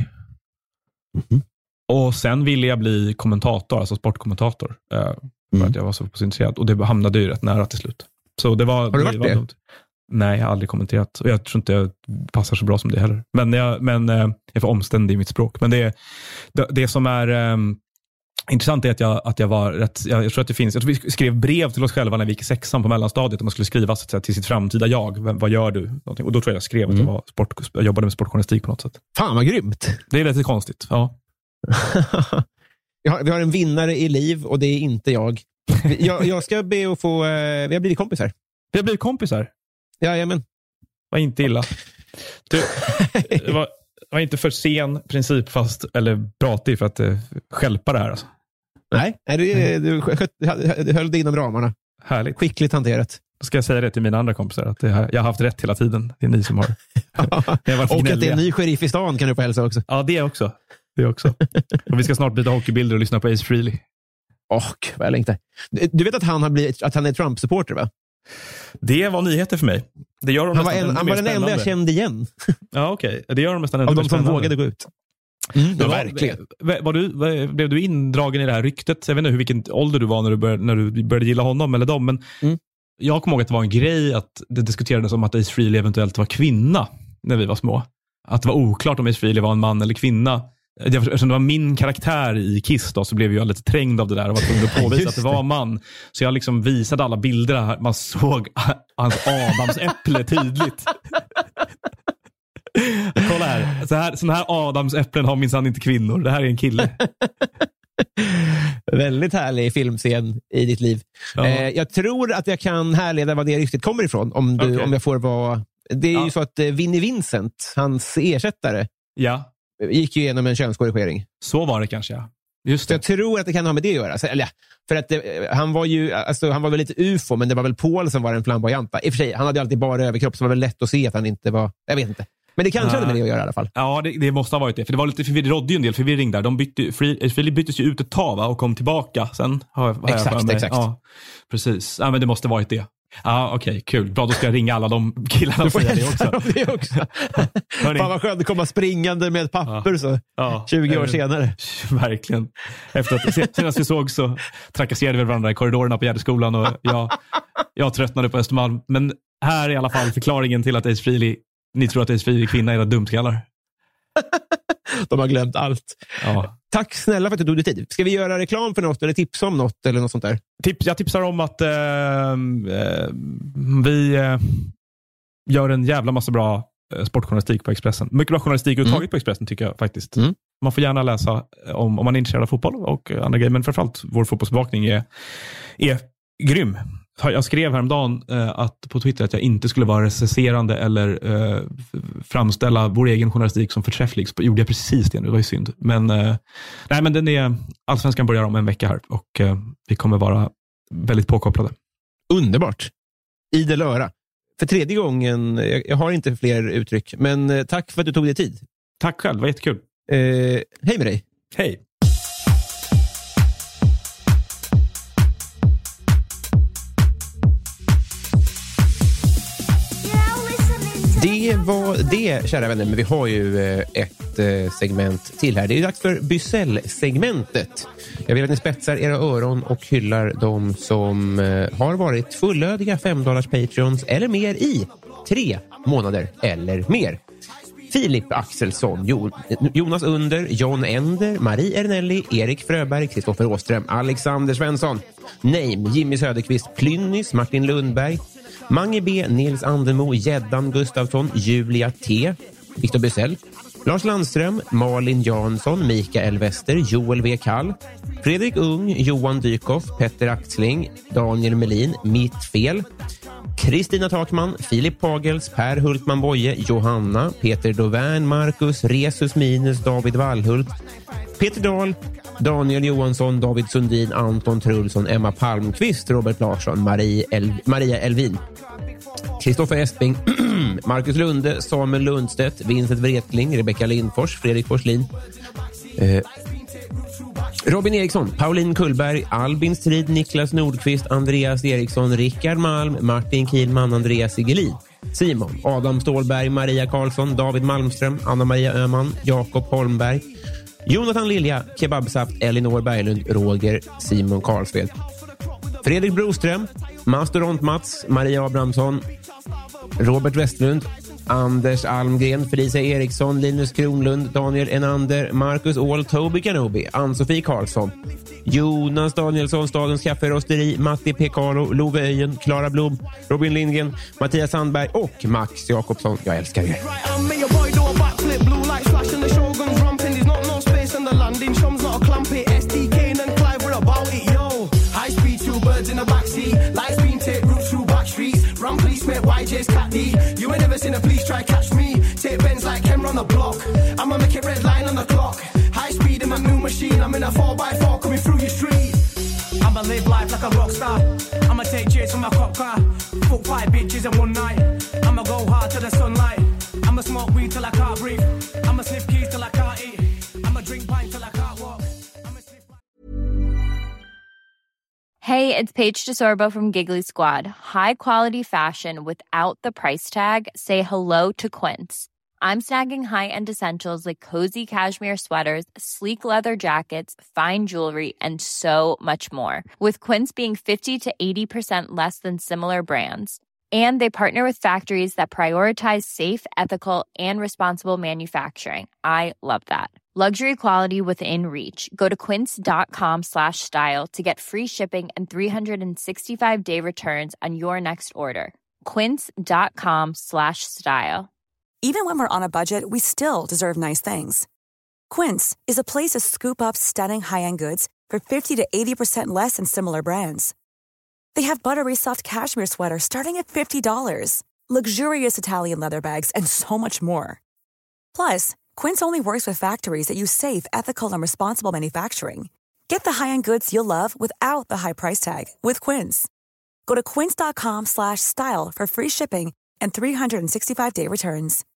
Och sen ville jag bli kommentator, alltså sportkommentator. För att jag var så intresserad. Och det hamnade ju rätt nära till slut. Så det var, har du varit det? Nej, jag har aldrig kommenterat. Och jag tror inte jag passar så bra som det heller. Men jag är för omständig i mitt språk. Men det som är intressant är att jag var rätt... Jag tror att det finns... Jag tror vi skrev brev till oss själva när vi gick i 6:an på mellanstadiet. Om man skulle skriva så att säga, till sitt framtida jag. Vad gör du? Och då tror jag skrev att jag jobbade med sportjournalistik på något sätt. Fan vad grymt. Det är lite konstigt, ja. Vi har en vinnare i liv och det är inte jag. Jag ska be att få... Vi har blivit kompisar. Vi har blivit kompisar? Jajamän. Var inte illa. Du, var inte för sen principfast eller pratig för att stjälpa det här alltså. Nej, du höll det inom ramarna. Härligt. Skickligt hanterat. Då ska jag säga det till mina andra kompisar att jag har haft rätt hela tiden. Det är ni som har. Och att det är en ny sheriff i stan kan du få hälsa också. Ja, det också. Och vi ska snart byta hockeybilder och lyssna på Ace Frehley. Vad jag längtar. Du vet att han är Trump-supporter, va? Det var nyheter för mig. Det gör de han var den enda jag kände igen. Ja, okej. Det gör de nästan ännu av mer de som spännande. vågade gå ut. Verkligen. Blev du indragen i det här ryktet? Jag vet inte vilken ålder du var när du började gilla honom eller dem, men jag kommer ihåg att det var en grej att det diskuterades om att Ace Frehley eventuellt var kvinna när vi var små. Att det var oklart om Ace Frehley var en man eller kvinna. Eftersom det var min karaktär i Kiss då, så blev jag lite trängd av det där och var tvungen att påvisa att det var man. Så jag liksom visade alla bilder här. Man såg hans adamsäpple tydligt. Kolla här. Såna här adamsäpplen har minsann inte kvinnor. Det här är en kille. Väldigt härlig filmscen i ditt liv. Ja. Jag tror att jag kan härleda vad det riktigt kommer ifrån. Om jag får vara... Det är ju så att Vinnie Vincent, hans ersättare, gick ju igenom en könskorrigering. Så var det kanske, ja. Just det. Jag tror att det kan ha med det att göra. För att han var väl lite UFO, men det var väl Paul som var en flamboyanta. I och för sig, han hade alltid bara överkropp, så det var väl lätt att se att han inte var... Jag vet inte. Men det kanske hade med det att göra i alla fall. Ja, det måste ha varit det. För det var lite det rådde ju en del förvirring där. Frehley byttes ju ut ett tag, va, och kom tillbaka. Sen Exakt. Ja, precis. Ja, men det måste ha varit det. Ja, okej, kul. Bra, då ska jag ringa alla de killarna och säga det också. Fan vad skönt att komma springande med papper så 20 år senare. Verkligen. Efter att senast vi såg så trakasserade vi varandra i korridorerna på Gärdeskolan och jag tröttnade på Östermalm. Men här är i alla fall förklaringen till att Ace Frehley, ni tror att Ace Frehley är kvinna, era dumskallar. De har glömt allt. Ja. Tack snälla för att du tog dig tid. Ska vi göra reklam för något eller tipsa om något eller något sånt där? Jag tipsar om att vi gör en jävla massa bra sportjournalistik på Expressen. Mycket bra journalistik uttaget på Expressen tycker jag faktiskt. Man får gärna läsa om man är intresserad av fotboll och andra grejer. Men framförallt vår fotbollsbevakning är grym. Jag skrev häromdagen på Twitter att jag inte skulle vara recenserande eller framställa vår egen journalistik som förträfflig. Så gjorde jag precis det nu, det var ju synd. Men, men den är, Allsvenskan börjar om en vecka här och vi kommer vara väldigt påkopplade. Underbart. Idel öra. För tredje gången, jag har inte fler uttryck, men tack för att du tog dig tid. Tack själv, det var jättekul. Hej med dig. Hej. Det var det, kära vänner, men vi har ju ett segment till här. Det är dags för Bysell-segmentet. Jag vill att ni spetsar era öron och hyllar de som har varit fullödiga $5 Patreons eller mer i 3 månader eller mer. Filip Axelsson, Jonas Under, John Ender, Marie Ernelli, Erik Fröberg, Kristoffer Åström, Alexander Svensson, Name, Jimmy Söderqvist, Plynnis, Martin Lundberg, Mange B, Nils Andermo, Gäddan Gustafsson, Julia T, Viktor Bysell, Lars Landström, Malin Jansson, Mikael Wester, Joel W. Kall, Fredrik Ung, Johan Dykhoff, Petter Axling, Daniel Melin, Mitt Fel, Kristina Takman, Filip Pagels, Per Hultman Boye, Johanna, Peter Dovern, Marcus, Resus Minus, David Wallhult, Peter Dahl, Daniel Johansson, David Sundin, Anton Trulsson, Emma Palmqvist, Robert Larsson, Maria Elvin, Kristoffer Esping, Marcus Lunde, Samuel Lundstedt, Vincent Wretling, Rebecca Lindfors, Fredrik Forslin, Robin Eriksson, Pauline Kullberg, Albin Strid, Niklas Nordqvist, Andreas Eriksson, Rickard Malm, Martin Kielman, Andreas Igelin, Simon, Adam Stålberg, Maria Karlsson, David Malmström, Anna-Maria Öhman, Jakob Holmberg, Jonathan Lilja, Kebabsaft, Elinor Berglund, Roger, Simon Karlsved, Fredrik Broström, Mastodont Mats, Maria Abrahamsson, Robert Westlund, Anders Almgren, Felicia Eriksson, Linus Kronlund, Daniel Enander, Marcus Åhl, Toby Kanobi, Ann-Sofie Karlsson, Jonas Danielsson, Stadens Kafferosteri, Matti Pekalo, Love Öjen, Klara Blom, Robin Lindgren, Mattias Sandberg och Max Jakobsson. Jag älskar er. YJ's cat D. You ain't never seen a police try catch me. Take bends like Ken on the block. I'ma make it red line on the clock. High speed in my new machine. I'm in a 4x4 coming through your street. I'ma live life like a rock star. I'ma take cheers from my cop car. Fuck 5 bitches in one night. I'ma go hard to the sunlight. I'ma smoke weed till I can't breathe. I'ma sniff keys till I can't eat. I'ma drink pint till I can't walk. Hey, it's Paige DeSorbo from Giggly Squad. High quality fashion without the price tag. Say hello to Quince. I'm snagging high-end essentials like cozy cashmere sweaters, sleek leather jackets, fine jewelry, and so much more. With Quince being 50 to 80% less than similar brands. And they partner with factories that prioritize safe, ethical, and responsible manufacturing. I love that. Luxury quality within reach. Go to quince.com/style to get free shipping and 365-day returns on your next order. Quince.com/style. Even when we're on a budget, we still deserve nice things. Quince is a place to scoop up stunning high-end goods for 50 to 80% less than similar brands. They have buttery soft cashmere sweaters starting at $50, luxurious Italian leather bags, and so much more. Plus, Quince only works with factories that use safe, ethical, and responsible manufacturing. Get the high-end goods you'll love without the high price tag with Quince. Go to quince.com/style for free shipping and 365-day returns.